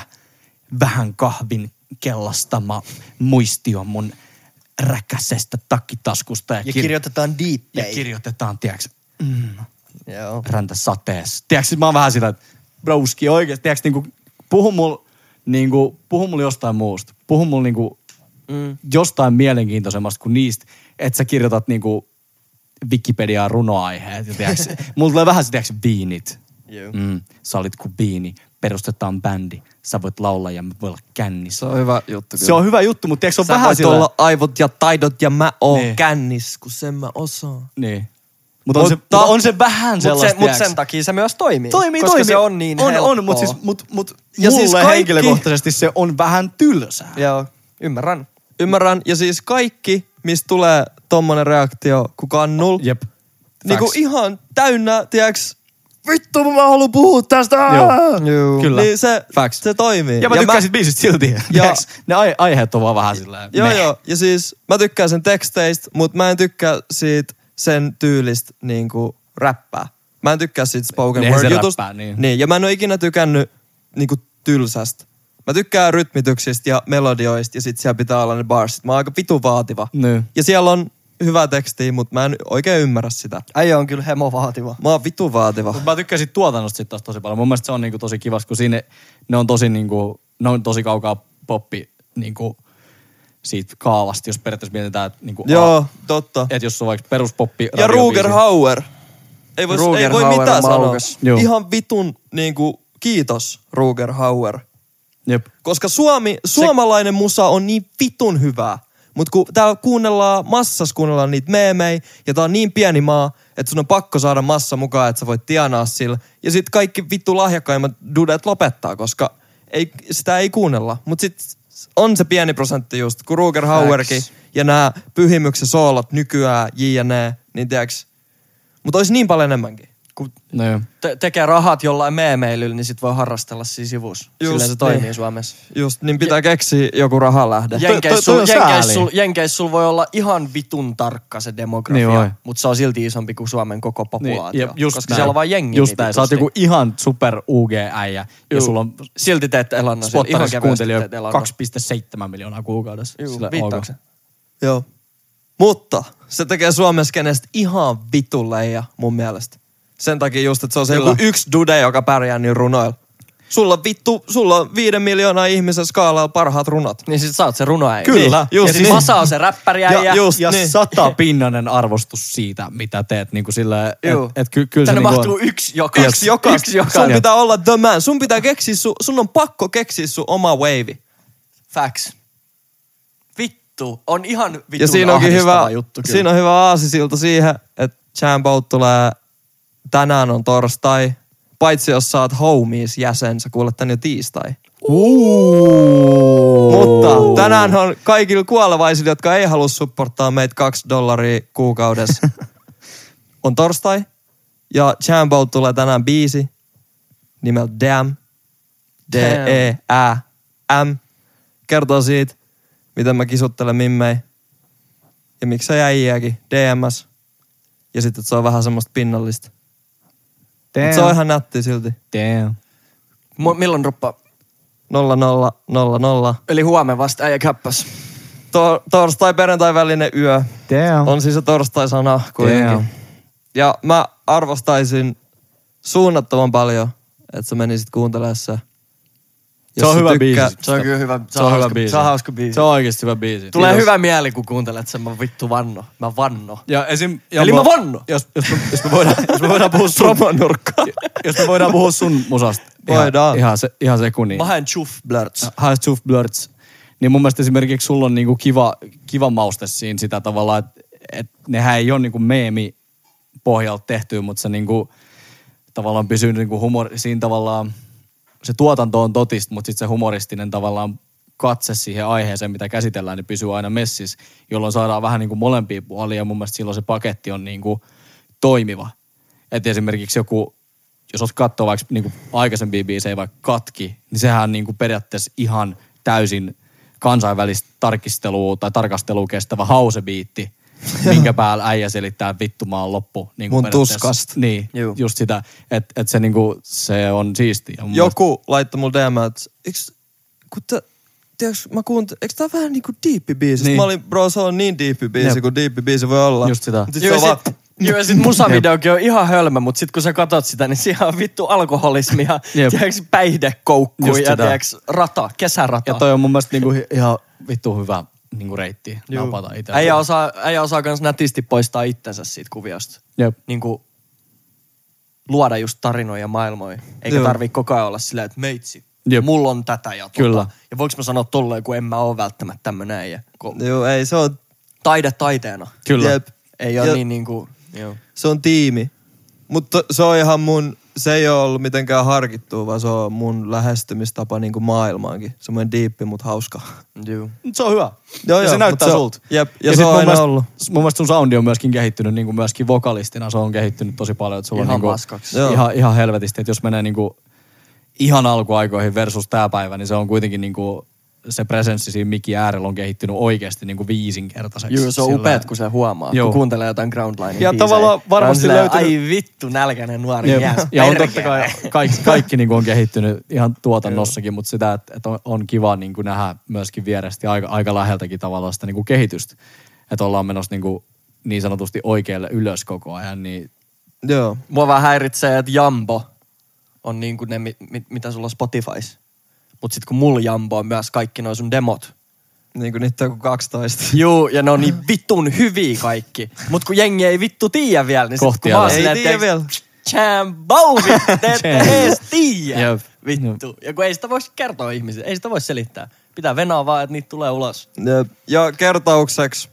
[SPEAKER 2] vähän kahvin kellastama muistio mun räkäisestä takkitaskusta. Ja,
[SPEAKER 4] Ja
[SPEAKER 2] kir-
[SPEAKER 4] kirjoitetaan
[SPEAKER 2] ja
[SPEAKER 4] diippejä.
[SPEAKER 2] kirjoitetaan, tiedätkö, mm,
[SPEAKER 4] Joo.
[SPEAKER 2] räntä sateessa. Tiedätkö, mä oon vähän sitä, että brouski oikeesti, tiedätkö, niinku, puhu mulla niinku, puhu mulla jostain muusta. Puhu mulla niinku,
[SPEAKER 4] Mm.
[SPEAKER 2] jostain mielenkiintoisemmasta kuin niistä, että sä kirjoitat niinku Wikipediaan runoaiheet. Ja tiedätkö, mulla tulee vähän se, tiedätkö, viinit.
[SPEAKER 4] Joo.
[SPEAKER 2] Mm, sä olit kuin viini, perustetaan bändi, sä voit laulaa ja mä voi olla kännissä.
[SPEAKER 1] Se on hyvä juttu kyllä.
[SPEAKER 2] Se on hyvä juttu, mutta tiedätkö, se on
[SPEAKER 1] Sä
[SPEAKER 2] vähän
[SPEAKER 1] voit
[SPEAKER 2] sillä...
[SPEAKER 1] olla aivot ja taidot ja mä oon
[SPEAKER 2] Niin.
[SPEAKER 1] kännis, kun sen mä osaan.
[SPEAKER 2] Niin. Mutta on, se,
[SPEAKER 1] Mutta-
[SPEAKER 2] mutta on se vähän
[SPEAKER 4] Mut,
[SPEAKER 2] sellaista,
[SPEAKER 4] se, mut
[SPEAKER 2] tiedätkö?
[SPEAKER 4] sen takia se myös toimii.
[SPEAKER 2] Toimii,
[SPEAKER 4] koska
[SPEAKER 2] toimii.
[SPEAKER 4] se on niin
[SPEAKER 2] on,
[SPEAKER 4] helppoa.
[SPEAKER 2] on, mutta siis, mut, mut
[SPEAKER 1] Ja
[SPEAKER 2] ja mulle
[SPEAKER 1] siis
[SPEAKER 2] siis
[SPEAKER 1] kaikki-
[SPEAKER 2] henkilökohtaisesti se on vähän tylsää.
[SPEAKER 4] Joo, ymmärrän.
[SPEAKER 1] Ymmärrän. Ja siis kaikki, mistä tulee tommonen reaktio, kun kannul,
[SPEAKER 2] Jep.
[SPEAKER 1] niinku
[SPEAKER 2] Facts.
[SPEAKER 1] ihan täynnä, tiedäks, vittu mä haluan puhua tästä.
[SPEAKER 2] Joo.
[SPEAKER 4] Joo.
[SPEAKER 2] Kyllä.
[SPEAKER 1] Niin se,
[SPEAKER 2] Facts.
[SPEAKER 1] se toimii.
[SPEAKER 2] Ja mä tykkään sit biisistä silti. Ja, ne ai- aiheet on vaan vähän silleen.
[SPEAKER 1] Joo,
[SPEAKER 2] meh.
[SPEAKER 1] joo. Ja siis mä tykkään sen teksteistä, mutta mä en tykkää siitä sen tyylistä niinku räppää. Mä en tykkää siitä spoken
[SPEAKER 2] Eihän se
[SPEAKER 1] word jutusta.
[SPEAKER 2] räppää, niin.
[SPEAKER 1] niin. Ja mä en ole ikinä tykännyt niinku tylsästä. Mä tykkään rytmityksistä ja melodioista ja sit siellä pitää olla ne barsit. Mä oon aika vitu vaativa.
[SPEAKER 2] Niin.
[SPEAKER 1] Ja siellä on hyvää tekstiä, mutta mä en oikein ymmärrä sitä.
[SPEAKER 4] Äijä on kyllä hemo vaativa.
[SPEAKER 1] Mä oon vitu vaativa.
[SPEAKER 2] Mut mä tykkään siitä tuotannosta sit taas tosi paljon. Mun mielestä se on niinku tosi kivas, kun siinä ne on tosi niinku, ne on tosi kaukaa poppi niinku siitä kaavasta, jos periaatteessa mietitään, että niinku,
[SPEAKER 1] Joo, totta.
[SPEAKER 2] että jos on vaikka peruspoppi
[SPEAKER 1] Ja Ruger Hauer. Ei voi,
[SPEAKER 4] Ruger
[SPEAKER 1] ei voi
[SPEAKER 4] Hauer
[SPEAKER 1] mitään
[SPEAKER 4] on
[SPEAKER 1] sanoa.
[SPEAKER 4] maukas.
[SPEAKER 2] Joo.
[SPEAKER 1] Ihan vitun niinku, kiitos Ruger Hauer.
[SPEAKER 2] Jep.
[SPEAKER 1] Koska Suomi, suomalainen musa on niin vitun hyvää. Mutta kun täällä kuunnellaan, massas kuunnellaan niitä meemejä, ja tää on niin pieni maa, että sun on pakko saada massa mukaan, että sä voit tienaa sillä. Ja sit kaikki vittu lahjakkaimmat dudet lopettaa, koska ei, sitä ei kuunnella. Mut sit on se pieni prosentti just, kun Ruger Hauerkin ja nämä pyhimyksen soolot nykyään, jne, niin tiiäks. Mutta olisi niin paljon enemmänkin.
[SPEAKER 4] Kun
[SPEAKER 2] No joo.
[SPEAKER 4] te- tekee rahat jollain meemeilyllä, niin sit voi harrastella siinä sivussa.
[SPEAKER 1] Just
[SPEAKER 4] Silleen se toimii
[SPEAKER 1] niin.
[SPEAKER 4] Suomessa.
[SPEAKER 1] Just, niin pitää keksiä joku rahalähde.
[SPEAKER 4] Jenkeissä
[SPEAKER 2] toi
[SPEAKER 4] sul,
[SPEAKER 2] on
[SPEAKER 4] Jenkeissä
[SPEAKER 2] sääli.
[SPEAKER 4] sul, Jenkeissä sul voi olla ihan vitun tarkka se
[SPEAKER 2] Niin
[SPEAKER 4] demografia,
[SPEAKER 2] voi.
[SPEAKER 4] mutta se on silti isompi kuin Suomen koko populaatio.
[SPEAKER 2] Niin, ja just
[SPEAKER 4] koska
[SPEAKER 2] näin.
[SPEAKER 4] siellä on vain jengi
[SPEAKER 2] Just
[SPEAKER 4] niin
[SPEAKER 2] näin. Sä oot
[SPEAKER 4] vitusti.
[SPEAKER 2] joku ihan super U G-äijä. Ja
[SPEAKER 4] Juu.
[SPEAKER 2] sulla on
[SPEAKER 4] Silti teette elannon siellä. Ihan
[SPEAKER 2] Spottarissa
[SPEAKER 4] kevyesti
[SPEAKER 2] kuuntelijoita
[SPEAKER 4] teette elannon.
[SPEAKER 2] kaksi pilkku seitsemän miljoonaa kuukaudessa.
[SPEAKER 4] Juu,
[SPEAKER 2] Sillä
[SPEAKER 4] viittaako
[SPEAKER 2] ok.
[SPEAKER 4] se?
[SPEAKER 1] Joo. Mutta se tekee Suomen skenestä ihan vituleija mun mielestä. Sen takia just, että se on se
[SPEAKER 2] Kyllä.
[SPEAKER 1] joku yksi dude, joka pärjää niin runoilla. Sulla on vittu, sulla on viiden miljoonaa ihmisen skaalalla parhaat runot.
[SPEAKER 4] Niin sit sä oot se runoäijä.
[SPEAKER 2] Kyllä,
[SPEAKER 4] Niin.
[SPEAKER 2] just
[SPEAKER 4] Ja sit
[SPEAKER 2] niin.
[SPEAKER 4] Masa on se räppäriäijä.
[SPEAKER 1] Ja just
[SPEAKER 2] Ja
[SPEAKER 1] niin.
[SPEAKER 2] satapinnanen arvostus siitä, mitä teet. Niin kuin sillä, et,
[SPEAKER 4] Juu.
[SPEAKER 2] et ky, kyllä se
[SPEAKER 4] Tänne
[SPEAKER 2] niin
[SPEAKER 4] mahtuu
[SPEAKER 2] on.
[SPEAKER 4] yksi jokaista.
[SPEAKER 1] Yksi jokaista.
[SPEAKER 4] Yksi
[SPEAKER 1] Sun
[SPEAKER 4] jokaista.
[SPEAKER 1] pitää olla the man. Sun pitää keksiä sun, sun on pakko keksiä sun oma wave.
[SPEAKER 4] Facts. Vittu. On ihan vitun
[SPEAKER 1] Ja siinä onkin
[SPEAKER 4] ahdistava
[SPEAKER 1] hyvä,
[SPEAKER 4] juttu kyllä.
[SPEAKER 1] siinä on hyvä aasisilta siihen, että Chambout tulee, tänään on torstai. Paitsi jos sä oot homies-jäsen, sä kuulet tän jo tiistai. Mutta tänään on kaikilla kuolevaisilla, jotka ei halua supporttaa meitä kaksi dollaria kuukaudessa. On torstai. Ja Chambout tulee tänään biisi nimeltä Damn. D-E-Ä-M. Kertoo siitä, miten mä kisuttelen mimmei. Ja miksei äijääkin. D M S. Ja sitten se on vähän semmoista pinnallista. Mut se on ihan nätti silti.
[SPEAKER 2] Damn.
[SPEAKER 4] Mu- milloin droppa?
[SPEAKER 1] Nolla nolla nolla nolla.
[SPEAKER 4] Eli huomenna vasta äijä käppäs.
[SPEAKER 1] Tor- torstai perjantai välinen yö.
[SPEAKER 2] Damn.
[SPEAKER 1] On siis se torstai-sana kuitenkin.
[SPEAKER 2] Damn.
[SPEAKER 1] Ja mä arvostaisin suunnattoman paljon, että sä menisit kuuntelemaan se.
[SPEAKER 2] Se on hyvä biisi.
[SPEAKER 4] Se on kyllä hyvä. Se,
[SPEAKER 2] Se on hyvä
[SPEAKER 4] hauska,
[SPEAKER 2] biisi.
[SPEAKER 4] Se on hauska biisi.
[SPEAKER 2] Se on oikeesti hyvä biisi.
[SPEAKER 4] Tulee
[SPEAKER 2] Kiitos.
[SPEAKER 4] hyvä mieli, kun kuuntelet sen. Mä vittu vanno. Mä vanno.
[SPEAKER 2] Ja esim... Ja
[SPEAKER 4] Eli mä vanno.
[SPEAKER 2] Jos, jos, me, jos, me voidaan, jos me voidaan puhua sun... jos me voidaan puhua sun musasta.
[SPEAKER 1] Voidaan.
[SPEAKER 2] Ihan, ihan, se, ihan sekunnin.
[SPEAKER 4] Mä haen chuff blurts.
[SPEAKER 2] Has Tooth Blurts. Niin mun mielestä esimerkiksi sulla on niinku kiva, kiva mauste siinä sitä tavallaan, että et nehän ei ole niinku meemi pohjalta tehty, mutta se niinku tavallaan pysyy niinku humor, siinä tavallaan, se tuotanto on totista, mutta sitten se humoristinen tavallaan katse siihen aiheeseen, mitä käsitellään, niin pysyy aina messissä, jolloin saadaan vähän niinku molempia puolia ja mun mielestä silloin se paketti on niinku toimiva. Että esimerkiksi joku, jos olet katsoa vaikka niinku aikaisempia biisejä, vaikka Katki, niin sehän on niinku periaatteessa ihan täysin kansainvälistä tarkistelua tai tarkastelua kestävä hausebiitti. minkä päällä äijä selittää vittu mä oon loppu. Niin
[SPEAKER 1] Mun
[SPEAKER 2] periaatteessa.
[SPEAKER 1] tuskasta.
[SPEAKER 2] Niin,
[SPEAKER 4] Juu.
[SPEAKER 2] just sitä, että et se, niinku, se on siistiä. Mun
[SPEAKER 1] Joku laittoi mulle D M, että eiks, kun te, tiiäks, mä kuuntelin, eikö tää vähän niinku diippi biisi?
[SPEAKER 2] Niin.
[SPEAKER 1] Mä olin, bro, se on niin diippi biisi,
[SPEAKER 2] Jep.
[SPEAKER 1] kuin diippi biisi voi olla.
[SPEAKER 2] Just sitä.
[SPEAKER 1] Sit
[SPEAKER 4] Joo,
[SPEAKER 1] se on
[SPEAKER 4] sit,
[SPEAKER 1] vaan,
[SPEAKER 4] joo, ja sit musavideokin on ihan hölmö, mut sit kun sä katot sitä, niin siellä on vittu alkoholismi ja
[SPEAKER 2] Jep.
[SPEAKER 4] tiiäks, päihdekoukku
[SPEAKER 2] Just
[SPEAKER 4] ja
[SPEAKER 2] sitä.
[SPEAKER 4] tiiäks, rata, kesärata.
[SPEAKER 2] Ja toi on mun mielestä niinku ihan vittu hyvä niinku reitti napata itse.
[SPEAKER 4] Äijä osaa, äijä osaa kans nätisti poistaa itsensä siitä kuviosta.
[SPEAKER 2] Jep.
[SPEAKER 4] Niinku luoda just tarinoja ja maailmoja. Eikä
[SPEAKER 1] Joo.
[SPEAKER 4] tarvii koko ajan olla silleen, että meitsi,
[SPEAKER 2] Jep.
[SPEAKER 4] mulla on tätä ja tota.
[SPEAKER 2] Kyllä.
[SPEAKER 4] Ja voiko mä sanoa tolleen, kun en mä oo välttämättä tämmönen äijä. Kun
[SPEAKER 1] joo, ei, se on,
[SPEAKER 4] taide taiteena.
[SPEAKER 2] Kyllä.
[SPEAKER 1] jep,
[SPEAKER 4] Ei oo
[SPEAKER 1] Ja-
[SPEAKER 4] niin niinku, joo.
[SPEAKER 1] se on tiimi. Mutta se on ihan mun, se ei ole ollut mitenkään harkittua, vaan se on mun lähestymistapa niinku maailmaankin. Semmoinen diippi, mut hauska.
[SPEAKER 4] Joo.
[SPEAKER 2] Mut se on hyvä.
[SPEAKER 1] Joo,
[SPEAKER 2] ja
[SPEAKER 1] joo,
[SPEAKER 2] se näyttää
[SPEAKER 1] mut se-
[SPEAKER 2] sulta.
[SPEAKER 1] jep, ja se
[SPEAKER 2] sit
[SPEAKER 1] on
[SPEAKER 2] mun
[SPEAKER 1] aina
[SPEAKER 2] mielestä-
[SPEAKER 1] ollut.
[SPEAKER 2] Mun mielestä sun soundi on myöskin kehittynyt niin kuin myöskin vokalistina. Se on kehittynyt tosi paljon. Että sulla
[SPEAKER 4] Ihan
[SPEAKER 2] on niin kuin,
[SPEAKER 4] paskaksi.
[SPEAKER 1] Joo.
[SPEAKER 2] ihan, ihan helvetisti. Että jos menee niin kuin ihan alkuaikoihin versus tää päivä, niin se on kuitenkin niin kuin se presenssi siinä mikin äärellä on kehittynyt oikeasti niin kuin viisinkertaiseksi.
[SPEAKER 4] Joo, se on
[SPEAKER 2] Sillä-
[SPEAKER 4] upeat, kun se huomaa,
[SPEAKER 2] Joo.
[SPEAKER 4] kun kuuntelee jotain Groundlinein
[SPEAKER 2] Ja
[SPEAKER 4] biisejä.
[SPEAKER 2] tavallaan varmasti
[SPEAKER 4] Ja on silleen,
[SPEAKER 2] löytynyt-
[SPEAKER 4] ai vittu, nälkäinen nuori
[SPEAKER 2] Jep.
[SPEAKER 4] mies.
[SPEAKER 2] Ja on
[SPEAKER 4] perkele.
[SPEAKER 2] totta kai kaikki, kaikki niin kuin on kehittynyt ihan tuotannossakin, mutta sitä, että, että on, on kiva niin kuin nähdä myöskin vierestä ja aika, aika läheltäkin tavallaan sitä niin kuin kehitystä. Että ollaan menossa niin, kuin niin sanotusti oikealle ylös koko ajan, niin
[SPEAKER 1] Joo.
[SPEAKER 4] Mua vähän häiritsee, että Jambo on niinku ne, mit, mit, mitä sulla on Spotifys. Mut sit kun mulla Jambo on myös kaikki noi sun demot.
[SPEAKER 1] Niinku niitä on kuin kaksitoista.
[SPEAKER 4] Juu, ja ne on niin vittun hyviä kaikki. Mut kun jengi ei vittu tiedä vielä, niin sit
[SPEAKER 2] Kohti
[SPEAKER 4] kun mä oon
[SPEAKER 2] älä.
[SPEAKER 1] Ei
[SPEAKER 4] silleen,
[SPEAKER 1] tiedä
[SPEAKER 4] että
[SPEAKER 1] vielä.
[SPEAKER 4] Jambo, vittu, te ette
[SPEAKER 2] Jam.
[SPEAKER 4] ees tiedä.
[SPEAKER 2] Jep.
[SPEAKER 4] Vittu. Ja kun ei sitä voi kertoa ihmisille, ei sitä voi selittää. Pitää venaa vaan, että niitä tulee ulos.
[SPEAKER 1] Jep. Ja kertaukseksi,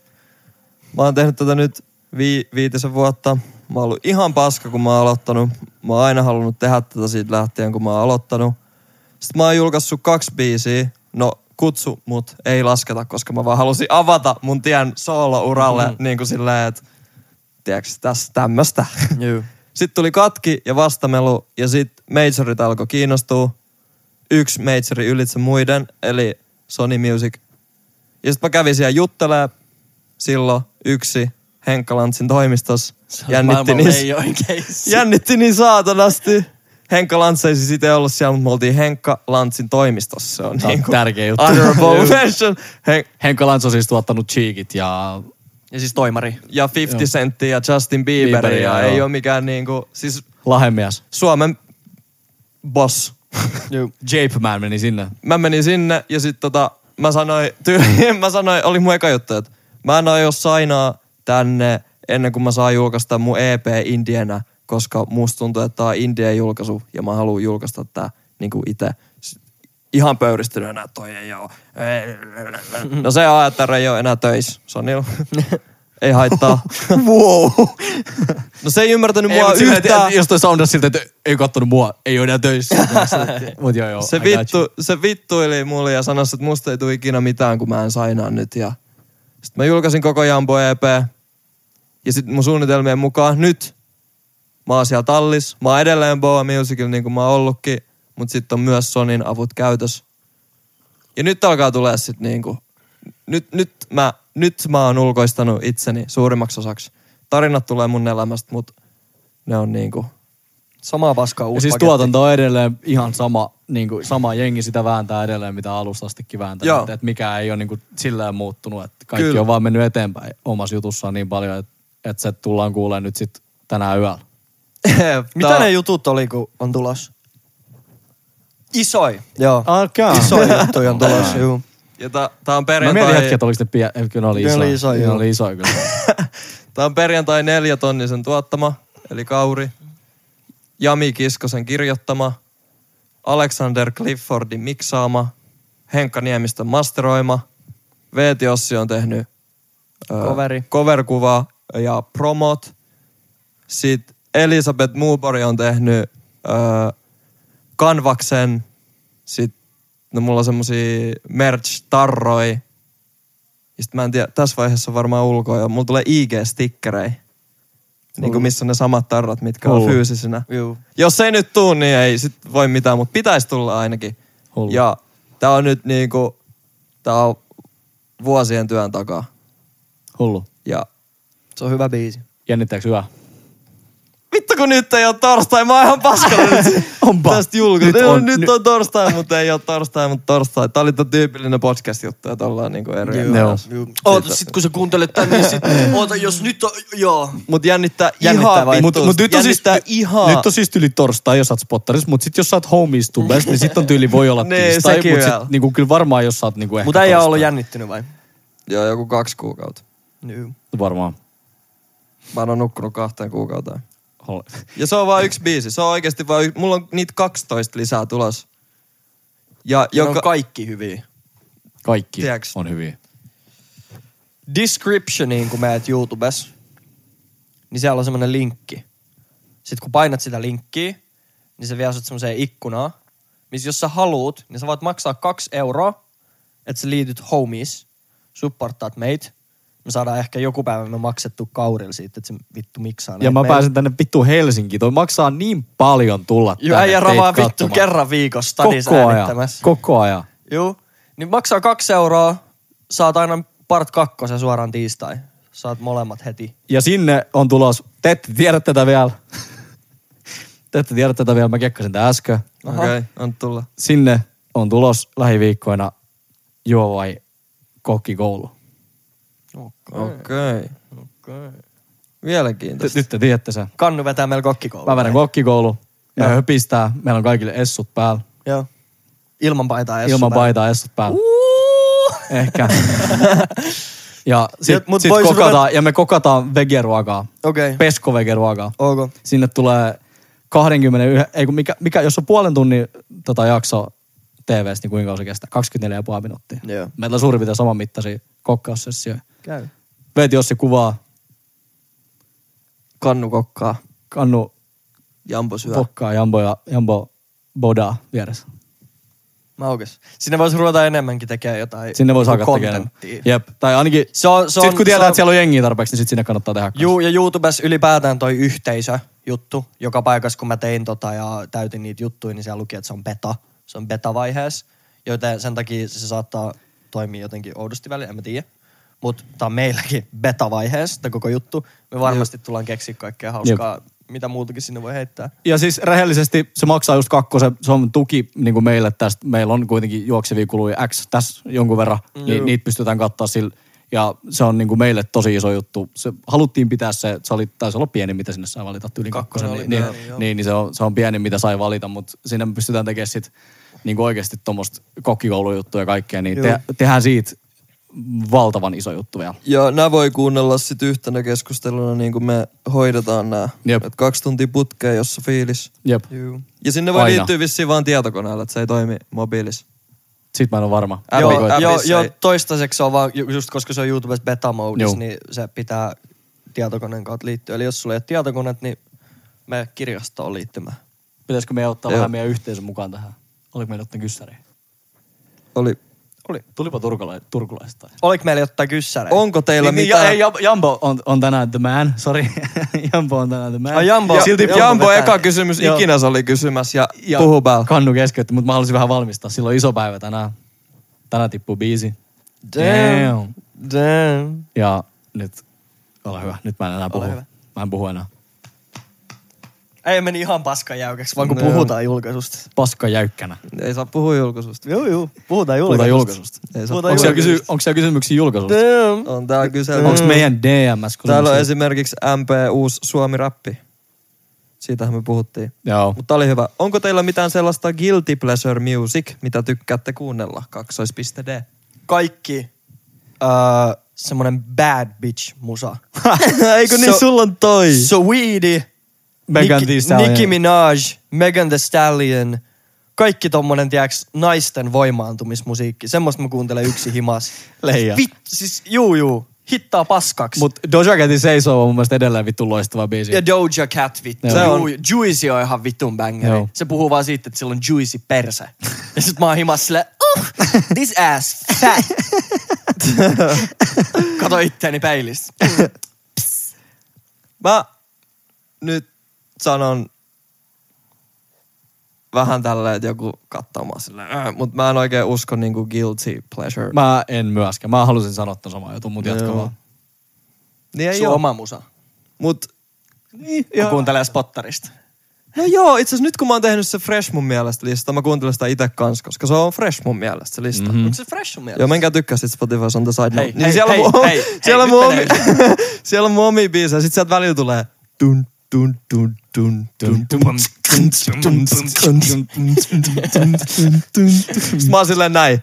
[SPEAKER 1] mä oon tehnyt tätä nyt vi- viitisen vuotta. Mä oon ollut ihan paska, kun mä oon aloittanut. Mä oon aina halunnut tehdä tätä siitä lähtien, kun mä oon aloittanut. Sitten mä oon julkaissut kaksi biisiä. No, kutsu mut ei lasketa, koska mä vaan halusin avata mun tien soolo-uralle. Mm-hmm. Niin kuin silleen, että tiedätkö, tässä tämmöstä.
[SPEAKER 4] Juu.
[SPEAKER 1] Sitten tuli katki ja vastamelu ja sitten majorit alkoi kiinnostua. Yksi majori ylitse muiden, eli Sony Music. Ja sitten mä kävin siellä juttelee silloin yksi Henkka Lantsin toimistossa. Jännitti niin,
[SPEAKER 4] ei oikein.
[SPEAKER 1] jännitti niin saatanasti. Henkka Lantz ei siis itse ollut siellä, mutta me oltiin Henkka Lantsin toimistossa. Se on
[SPEAKER 2] Tää on
[SPEAKER 1] niin kuin
[SPEAKER 2] tärkeä juttu.
[SPEAKER 1] honorable mention. Hen-
[SPEAKER 2] Henkka Lantz on siis tuottanut Cheekit ja
[SPEAKER 4] Ja siis toimari.
[SPEAKER 1] ja viisikymmentä
[SPEAKER 2] Joo.
[SPEAKER 1] Centia ja Justin Bieberia.
[SPEAKER 2] Bieberia,
[SPEAKER 1] Ja ei
[SPEAKER 2] joo.
[SPEAKER 1] ole mikään niinku, siis
[SPEAKER 2] Lahemies.
[SPEAKER 1] Suomen boss.
[SPEAKER 4] Juu.
[SPEAKER 2] Jape Man meni sinne.
[SPEAKER 1] Mä menin sinne ja sit tota, mä sanoin, tyyliin, mä sanoin, oli mun eka juttu, että mä en aio sainaa tänne ennen kuin mä saan julkaista mun E P Indienä, koska musta tuntuu, että tää on Indien julkaisu ja mä haluan julkaista tää niinku ite. Ihan pöyristyneenä, että toi ei oo. No se ajattara ei oo enää töissä, Sonilla. Ei haittaa.
[SPEAKER 2] Wow.
[SPEAKER 1] No se ei ymmärtänyt
[SPEAKER 2] Ei,
[SPEAKER 1] mua
[SPEAKER 2] mut silleen,
[SPEAKER 1] yhtään.
[SPEAKER 2] että jos toi soundas siltä, että ei kattonut mua, ei ole enää töissä. Mut joo joo.
[SPEAKER 1] Se,
[SPEAKER 2] I got you.
[SPEAKER 1] vittu, se vittuili mulle ja sanoi, että musta ei tule ikinä mitään, kun mä en sainaa nyt. Ja sitten mä julkaisin koko Jambo E P. Ja sitten mun suunnitelmien mukaan nyt mä oon siellä tallis. Mä oon edelleen Boa Musicilla niin kuin mä oon ollutkin. Mutta sitten on myös Sonin avut käytössä. Ja nyt alkaa tulee sitten niinku... Nyt, nyt, mä, nyt mä oon ulkoistanut itseni suurimmaksi osaksi. Tarinat tulee mun elämästä, mutta ne on niinku...
[SPEAKER 4] Samaa paskaa
[SPEAKER 2] Ja
[SPEAKER 4] uusi
[SPEAKER 2] siis
[SPEAKER 4] paketti.
[SPEAKER 2] tuotanto on edelleen ihan sama, niin kuin, sama jengi sitä vääntää edelleen, mitä alusta astikin vääntää.
[SPEAKER 1] Joo.
[SPEAKER 2] Että et mikään ei ole niin kuin, silleen muuttunut. Että kaikki
[SPEAKER 1] Kyllä.
[SPEAKER 2] on vaan mennyt eteenpäin omassa jutussaan niin paljon, että, että se tullaan kuulemaan nyt sitten tänään yöllä.
[SPEAKER 4] Mitä
[SPEAKER 1] Tää-
[SPEAKER 4] ne jutut oli, kun on tulos? Isoi. Joo.
[SPEAKER 2] Okay.
[SPEAKER 4] Isoja juttuja on tulos, juu.
[SPEAKER 1] Ja tää, tää on
[SPEAKER 2] Mä
[SPEAKER 1] perjantai...
[SPEAKER 2] mietin hetki, että oliko ne pie... Kyllä ne oli
[SPEAKER 4] Kyllä ne
[SPEAKER 2] isoja.
[SPEAKER 4] oli isoja,
[SPEAKER 2] Ne
[SPEAKER 4] joo.
[SPEAKER 2] oli isoja kyllä.
[SPEAKER 1] Tää on perjantai neljä tonnisen tuottama, eli Kauri. Jami Kiskosen kirjoittama. Alexander Cliffordin miksaama. Henkka Niemistön masteroima. Veeti Ossi on tehnyt ö,
[SPEAKER 4] Coveri.
[SPEAKER 1] coverkuva ja promot. Sitten Elisabeth Muubori on tehnyt ö, kanvaksen. Sitten no mulla on semmosia merch-tarroi. Ja sit mä en tiedä, tässä vaiheessa on varmaan ulkoa ja mulla tulee I G-stikkerei. Niin kuin missä on ne samat tarrat, mitkä on
[SPEAKER 2] Hullu.
[SPEAKER 1] fyysisinä.
[SPEAKER 4] Juu.
[SPEAKER 1] Jos ei nyt tuu, niin ei sit voi mitään, mutta pitäisi tulla ainakin.
[SPEAKER 2] Hullu.
[SPEAKER 1] Ja tää on nyt niinku, tää on vuosien työn takaa.
[SPEAKER 2] Hullu.
[SPEAKER 1] Ja
[SPEAKER 4] Se on hyvä biisi.
[SPEAKER 2] Jännittääkö hyvä?
[SPEAKER 1] Vittu kun nyt ei oo torstai, mä oon ihan paskalla nyt
[SPEAKER 2] Onpa.
[SPEAKER 1] tästä julkaista.
[SPEAKER 2] Nyt
[SPEAKER 1] Nyt
[SPEAKER 2] on-
[SPEAKER 1] on, nyt
[SPEAKER 2] nyt-
[SPEAKER 1] on torstai, mutta ei oo torstai, mutta torstai. Tää oli tää tyypillinen podcast-juttu, että ollaan niinku eri.
[SPEAKER 2] Joo.
[SPEAKER 4] Oota, sit kun sä kuuntelet tän, niin sit, oota, jos nyt on, joo.
[SPEAKER 1] Mut jännittää,
[SPEAKER 4] Jännittää
[SPEAKER 1] ihan
[SPEAKER 4] vai?
[SPEAKER 1] vittu.
[SPEAKER 2] Mut, mut nyt on siis,
[SPEAKER 1] Jännittää ihan.
[SPEAKER 2] nyt on siis tyyli torstai, jos sä oot spottarissa, mut sit jos sä oot homies tubes, niin sit on tyyli voi olla
[SPEAKER 1] Nee,
[SPEAKER 2] tiistai,
[SPEAKER 1] sekin
[SPEAKER 2] mut
[SPEAKER 1] vielä.
[SPEAKER 2] sit niinku kyllä varmaan jos sä oot niinku ehkä
[SPEAKER 4] Mutta ei oo
[SPEAKER 2] torstai.
[SPEAKER 4] ollut jännittynyt vai?
[SPEAKER 1] Joo, joku kaksi kuukautta.
[SPEAKER 4] Joo.
[SPEAKER 2] Varmaan.
[SPEAKER 1] Mä oon nukkunut kahteen kuukauteen.
[SPEAKER 2] Hol-
[SPEAKER 1] Ja se on vaan yksi biisi. Se on oikeesti vaan yksi. Mulla on niitä kaksitoista lisää tulos. Ja
[SPEAKER 4] Joka...
[SPEAKER 1] joka...
[SPEAKER 4] on kaikki hyviä.
[SPEAKER 2] Kaikki
[SPEAKER 1] Tiedäks?
[SPEAKER 2] on hyviä.
[SPEAKER 4] Descriptioniin, kun meet YouTubessa, niin siellä on semmonen linkki. Sitten kun painat sitä linkkiä, niin se vie sut semmoiseen ikkunaan, missä jos sä haluut, niin sä voit maksaa kaksi euroa, että sä liityt homies, supportaat meitä. Me saadaan ehkä joku päivä me maksettu Kaurilla siitä, että se vittu miksaa
[SPEAKER 2] Ja
[SPEAKER 4] näitä
[SPEAKER 2] mä
[SPEAKER 4] meille.
[SPEAKER 2] pääsen tänne vittu Helsinkiin. Toi maksaa niin paljon tulla tänne.
[SPEAKER 4] Joo, äijä ravaa
[SPEAKER 2] teitä
[SPEAKER 4] vittu
[SPEAKER 2] katsomaan.
[SPEAKER 4] kerran viikossa stadissa
[SPEAKER 2] Koko ajan.
[SPEAKER 4] äänittämässä.
[SPEAKER 2] Koko ajan.
[SPEAKER 4] Joo. Niin maksaa kaksi euroa, saat aina part kakkosen suoraan tiistai. Saat molemmat heti.
[SPEAKER 2] Ja sinne on tulos, te ette tiedä tätä vielä. Te ette tiedä tätä vielä, mä kekkasin tää äsken.
[SPEAKER 1] Okei, okay, on tulla.
[SPEAKER 2] Sinne on tulos lähiviikkoina Juo vai kokkikoulu.
[SPEAKER 1] Okei. Okay.
[SPEAKER 4] Okay.
[SPEAKER 1] Mielenkiintoista.
[SPEAKER 2] Nyt te tiedätte sen.
[SPEAKER 4] Kannu vetää meillä kokkikoulu.
[SPEAKER 2] Mä vedän kokkikoulu. Me
[SPEAKER 4] Joo.
[SPEAKER 2] höpistää. Meillä on kaikille essut päällä.
[SPEAKER 4] Joo. Ilman paitaa.
[SPEAKER 2] Ilman paitaa essut päällä. Ehkä. ja sit,
[SPEAKER 4] Ja, mut
[SPEAKER 2] sit
[SPEAKER 4] vois
[SPEAKER 2] kokataan, ja me kokataan vegeruokaa.
[SPEAKER 4] Okei. Okay.
[SPEAKER 2] Pesko-vegeruokaa.
[SPEAKER 4] Ok.
[SPEAKER 2] Sinne tulee kaksikymmentäyksi, ei kun mikä, mikä, jos on puolen tunnin tota jakso T V:stä, niin kuinka kauan se kestää? kaksikymmentäneljä pilkku viisi minuuttia.
[SPEAKER 4] Joo.
[SPEAKER 2] Meillä on suurin piirtein saman mittaisia kokkaussessioja.
[SPEAKER 4] Käy.
[SPEAKER 2] Veet Jossi kuvaa,
[SPEAKER 1] Kannu kokkaa.
[SPEAKER 2] Kannu
[SPEAKER 1] Jambo syö.
[SPEAKER 2] pokkaa, Jambo ja Jambo bodaa vieressä.
[SPEAKER 4] Maukas. Sinne voisi ruveta enemmänkin tekemään jotain
[SPEAKER 2] Sinne voisi alkaa tekemään.
[SPEAKER 4] contenttia.
[SPEAKER 2] Jep. Tai ainakin,
[SPEAKER 4] Se on, se
[SPEAKER 2] sit
[SPEAKER 4] on,
[SPEAKER 2] kun tietää,
[SPEAKER 4] se on,
[SPEAKER 2] että siellä on jengiä tarpeeksi, niin sit sinne kannattaa tehdä. kanssa.
[SPEAKER 4] Juu, ja YouTubessa ylipäätään toi yhteisöjuttu. Joka paikassa, kun mä tein tota ja täytin niitä juttuja, niin siellä luki, että se on beta. Se on beta-vaiheessa. Joten sen takia se saattaa toimia jotenkin oudosti välillä, en mä tiedä. Mutta tää on meilläkin beta-vaiheessa, tää koko juttu. Me varmasti tullaan keksiä kaikkea hauskaa, mitä muutakin sinne voi heittää.
[SPEAKER 2] Ja siis rehellisesti se maksaa just kakkosen, se on tuki niin kuin meille tästä. Meillä on kuitenkin juoksevia kuluja X tässä jonkun verran, niin niitä pystytään katsoa sillä. Ja se on niin kuin meille tosi iso juttu. Se, haluttiin pitää se, se oli, taisi olla pieni, mitä sinne sai valita, yli kakkosen.
[SPEAKER 4] oli
[SPEAKER 2] Niin,
[SPEAKER 4] pieni,
[SPEAKER 2] niin,
[SPEAKER 4] joo.
[SPEAKER 2] niin, niin se, on, se on pieni, mitä sai valita, mutta sinne me pystytään tekemään sit niin kuin oikeasti tuommoista kokkikoulujuttua ja kaikkea. Niin te, tehdään siitä valtavan iso juttu vielä.
[SPEAKER 1] Ja nää voi kuunnella sit yhtenä keskusteluna, niin kuin me hoidetaan nää.
[SPEAKER 2] Jep.
[SPEAKER 1] Et kaksi tuntia putkeen, jossa fiilis.
[SPEAKER 2] Jep.
[SPEAKER 4] Juu.
[SPEAKER 1] Ja sinne voi
[SPEAKER 2] Aina.
[SPEAKER 1] liittyä vissiin vaan tietokoneella, että se ei toimi mobiilis.
[SPEAKER 2] Sit mä en ole varma.
[SPEAKER 1] Apple-
[SPEAKER 4] Joo,
[SPEAKER 1] Appissa
[SPEAKER 4] joo, joo,
[SPEAKER 1] ei-
[SPEAKER 4] toistaiseksi se on vaan, ju- just koska se on YouTubessa
[SPEAKER 2] Joo.
[SPEAKER 4] beta-modissa, niin se pitää tietokoneen kautta liittyä. Eli jos sulla ei ole tietokoneet, niin me kirjastoon liittymään.
[SPEAKER 2] Pitäisikö me ottaa
[SPEAKER 1] Joo.
[SPEAKER 2] vähän meidän yhteisön mukaan tähän? Oliko meillä jotain kyssäriä?
[SPEAKER 1] Oli.
[SPEAKER 4] Oli.
[SPEAKER 2] Tulipa turkula- turkulaista.
[SPEAKER 4] Oliko meillä jotain kyssäreitä?
[SPEAKER 1] Onko teillä
[SPEAKER 2] Niin,
[SPEAKER 1] mitään?
[SPEAKER 2] niin, ja, ei, Jambo on, on tänään the man, sorry. Jambo on tänään the man.
[SPEAKER 4] Ai, Jambo-
[SPEAKER 1] Ja,
[SPEAKER 2] Silti
[SPEAKER 1] Jambo,
[SPEAKER 4] Jambo vetää.
[SPEAKER 1] eka kysymys
[SPEAKER 2] Joo.
[SPEAKER 1] ikinä se oli kysymässä ja,
[SPEAKER 2] ja
[SPEAKER 1] puhu päällä.
[SPEAKER 2] Kannu keskeytti, mutta mä halusin vähän valmistaa. Silloin iso päivä tänään. Tänään tippuu biisi.
[SPEAKER 4] Damn. Damn.
[SPEAKER 2] Ja nyt, ole hyvä, nyt mä en enää puhu.
[SPEAKER 4] hyvä.
[SPEAKER 2] Mä en puhu enää.
[SPEAKER 4] Ei meni ihan paskan jäykäksi, vaan kun
[SPEAKER 1] No.
[SPEAKER 4] puhutaan julkaisusta.
[SPEAKER 2] Paska jäykkänä.
[SPEAKER 1] Ei saa puhua julkaisusta.
[SPEAKER 4] Joo, joo. Puhutaan julkaisusta.
[SPEAKER 2] Puhutaan julkaisusta.
[SPEAKER 1] Ei saa
[SPEAKER 4] Puhutaan
[SPEAKER 2] Onko siellä, kysy,
[SPEAKER 4] julkaisusta.
[SPEAKER 2] onko siellä kysymyksiä julkaisusta?
[SPEAKER 4] Damn.
[SPEAKER 1] On täällä kyse.
[SPEAKER 2] Onko meidän D M S? kun
[SPEAKER 1] Täällä on
[SPEAKER 2] semmosia-
[SPEAKER 1] esimerkiksi M P uusi Suomi-räppi. Siitähän me puhuttiin.
[SPEAKER 2] Joo.
[SPEAKER 1] Mutta oli hyvä. Onko teillä mitään sellaista guilty pleasure music, mitä tykkäätte kuunnella? Kaksois.d.
[SPEAKER 4] Kaikki uh, semmonen bad bitch musa.
[SPEAKER 1] Eikö niin,
[SPEAKER 4] So-
[SPEAKER 1] sulla on toi?
[SPEAKER 4] Saweetie,
[SPEAKER 2] Megan
[SPEAKER 4] Nicki-
[SPEAKER 2] Thee Stallion.
[SPEAKER 4] Nicki Minaj, Megan Thee Stallion. Kaikki tommonen, tiiäks, naisten voimaantumismusiikki. Semmoista mä kuuntelen yksi himas.
[SPEAKER 2] Leija.
[SPEAKER 4] Vit, siis juu juu. Hittaa paskaksi.
[SPEAKER 2] Mut Doja Catin Seisoo on mun mielestä edelleen vittu loistava biisi.
[SPEAKER 4] Ja Doja Cat vittu.
[SPEAKER 2] Joo.
[SPEAKER 4] Se
[SPEAKER 1] Se
[SPEAKER 4] on.
[SPEAKER 1] on.
[SPEAKER 4] Juicy on ihan vittun bangeri.
[SPEAKER 2] Joo.
[SPEAKER 4] Se puhuu vaan siitä, että sillä on juicy perse. Ja sit mä oon himas silleen, uh, this ass fat. Kato itteeni peilistä.
[SPEAKER 1] Mä nyt sanon vähän tälleen, että joku katsoo mua silleen, äh, mutta mä en oikein usko niinku guilty pleasure.
[SPEAKER 2] Mä en myöskään. Mä halusin sanoa ton saman jutun, mut jatka
[SPEAKER 1] Joo.
[SPEAKER 2] vaan.
[SPEAKER 1] Niin ei
[SPEAKER 4] Sun
[SPEAKER 1] oo.
[SPEAKER 4] oma musa.
[SPEAKER 1] Mut,
[SPEAKER 4] Niin, kun kuuntelee spottarista.
[SPEAKER 1] no joo, itse asiassa nyt kun mä oon tehnyt se Fresh mun mielestä lista, mä kuuntelen sitä itse kans, koska se on Fresh mun mielestä se lista.
[SPEAKER 2] Mhm.
[SPEAKER 4] Onko se fresh sun mielestä?
[SPEAKER 1] Joo, menkää tykkää sit Spotify on the side note.
[SPEAKER 4] Hei,
[SPEAKER 1] Niin
[SPEAKER 4] hei,
[SPEAKER 1] siellä
[SPEAKER 4] hei,
[SPEAKER 1] on mun,
[SPEAKER 4] hei,
[SPEAKER 1] siellä on
[SPEAKER 4] hei,
[SPEAKER 1] mun
[SPEAKER 4] nyt
[SPEAKER 1] omi, siellä on mun omia biisejä. Sit sieltä välillä tulee tun tun tun tun tun tun Sitten mä oon silleen näin.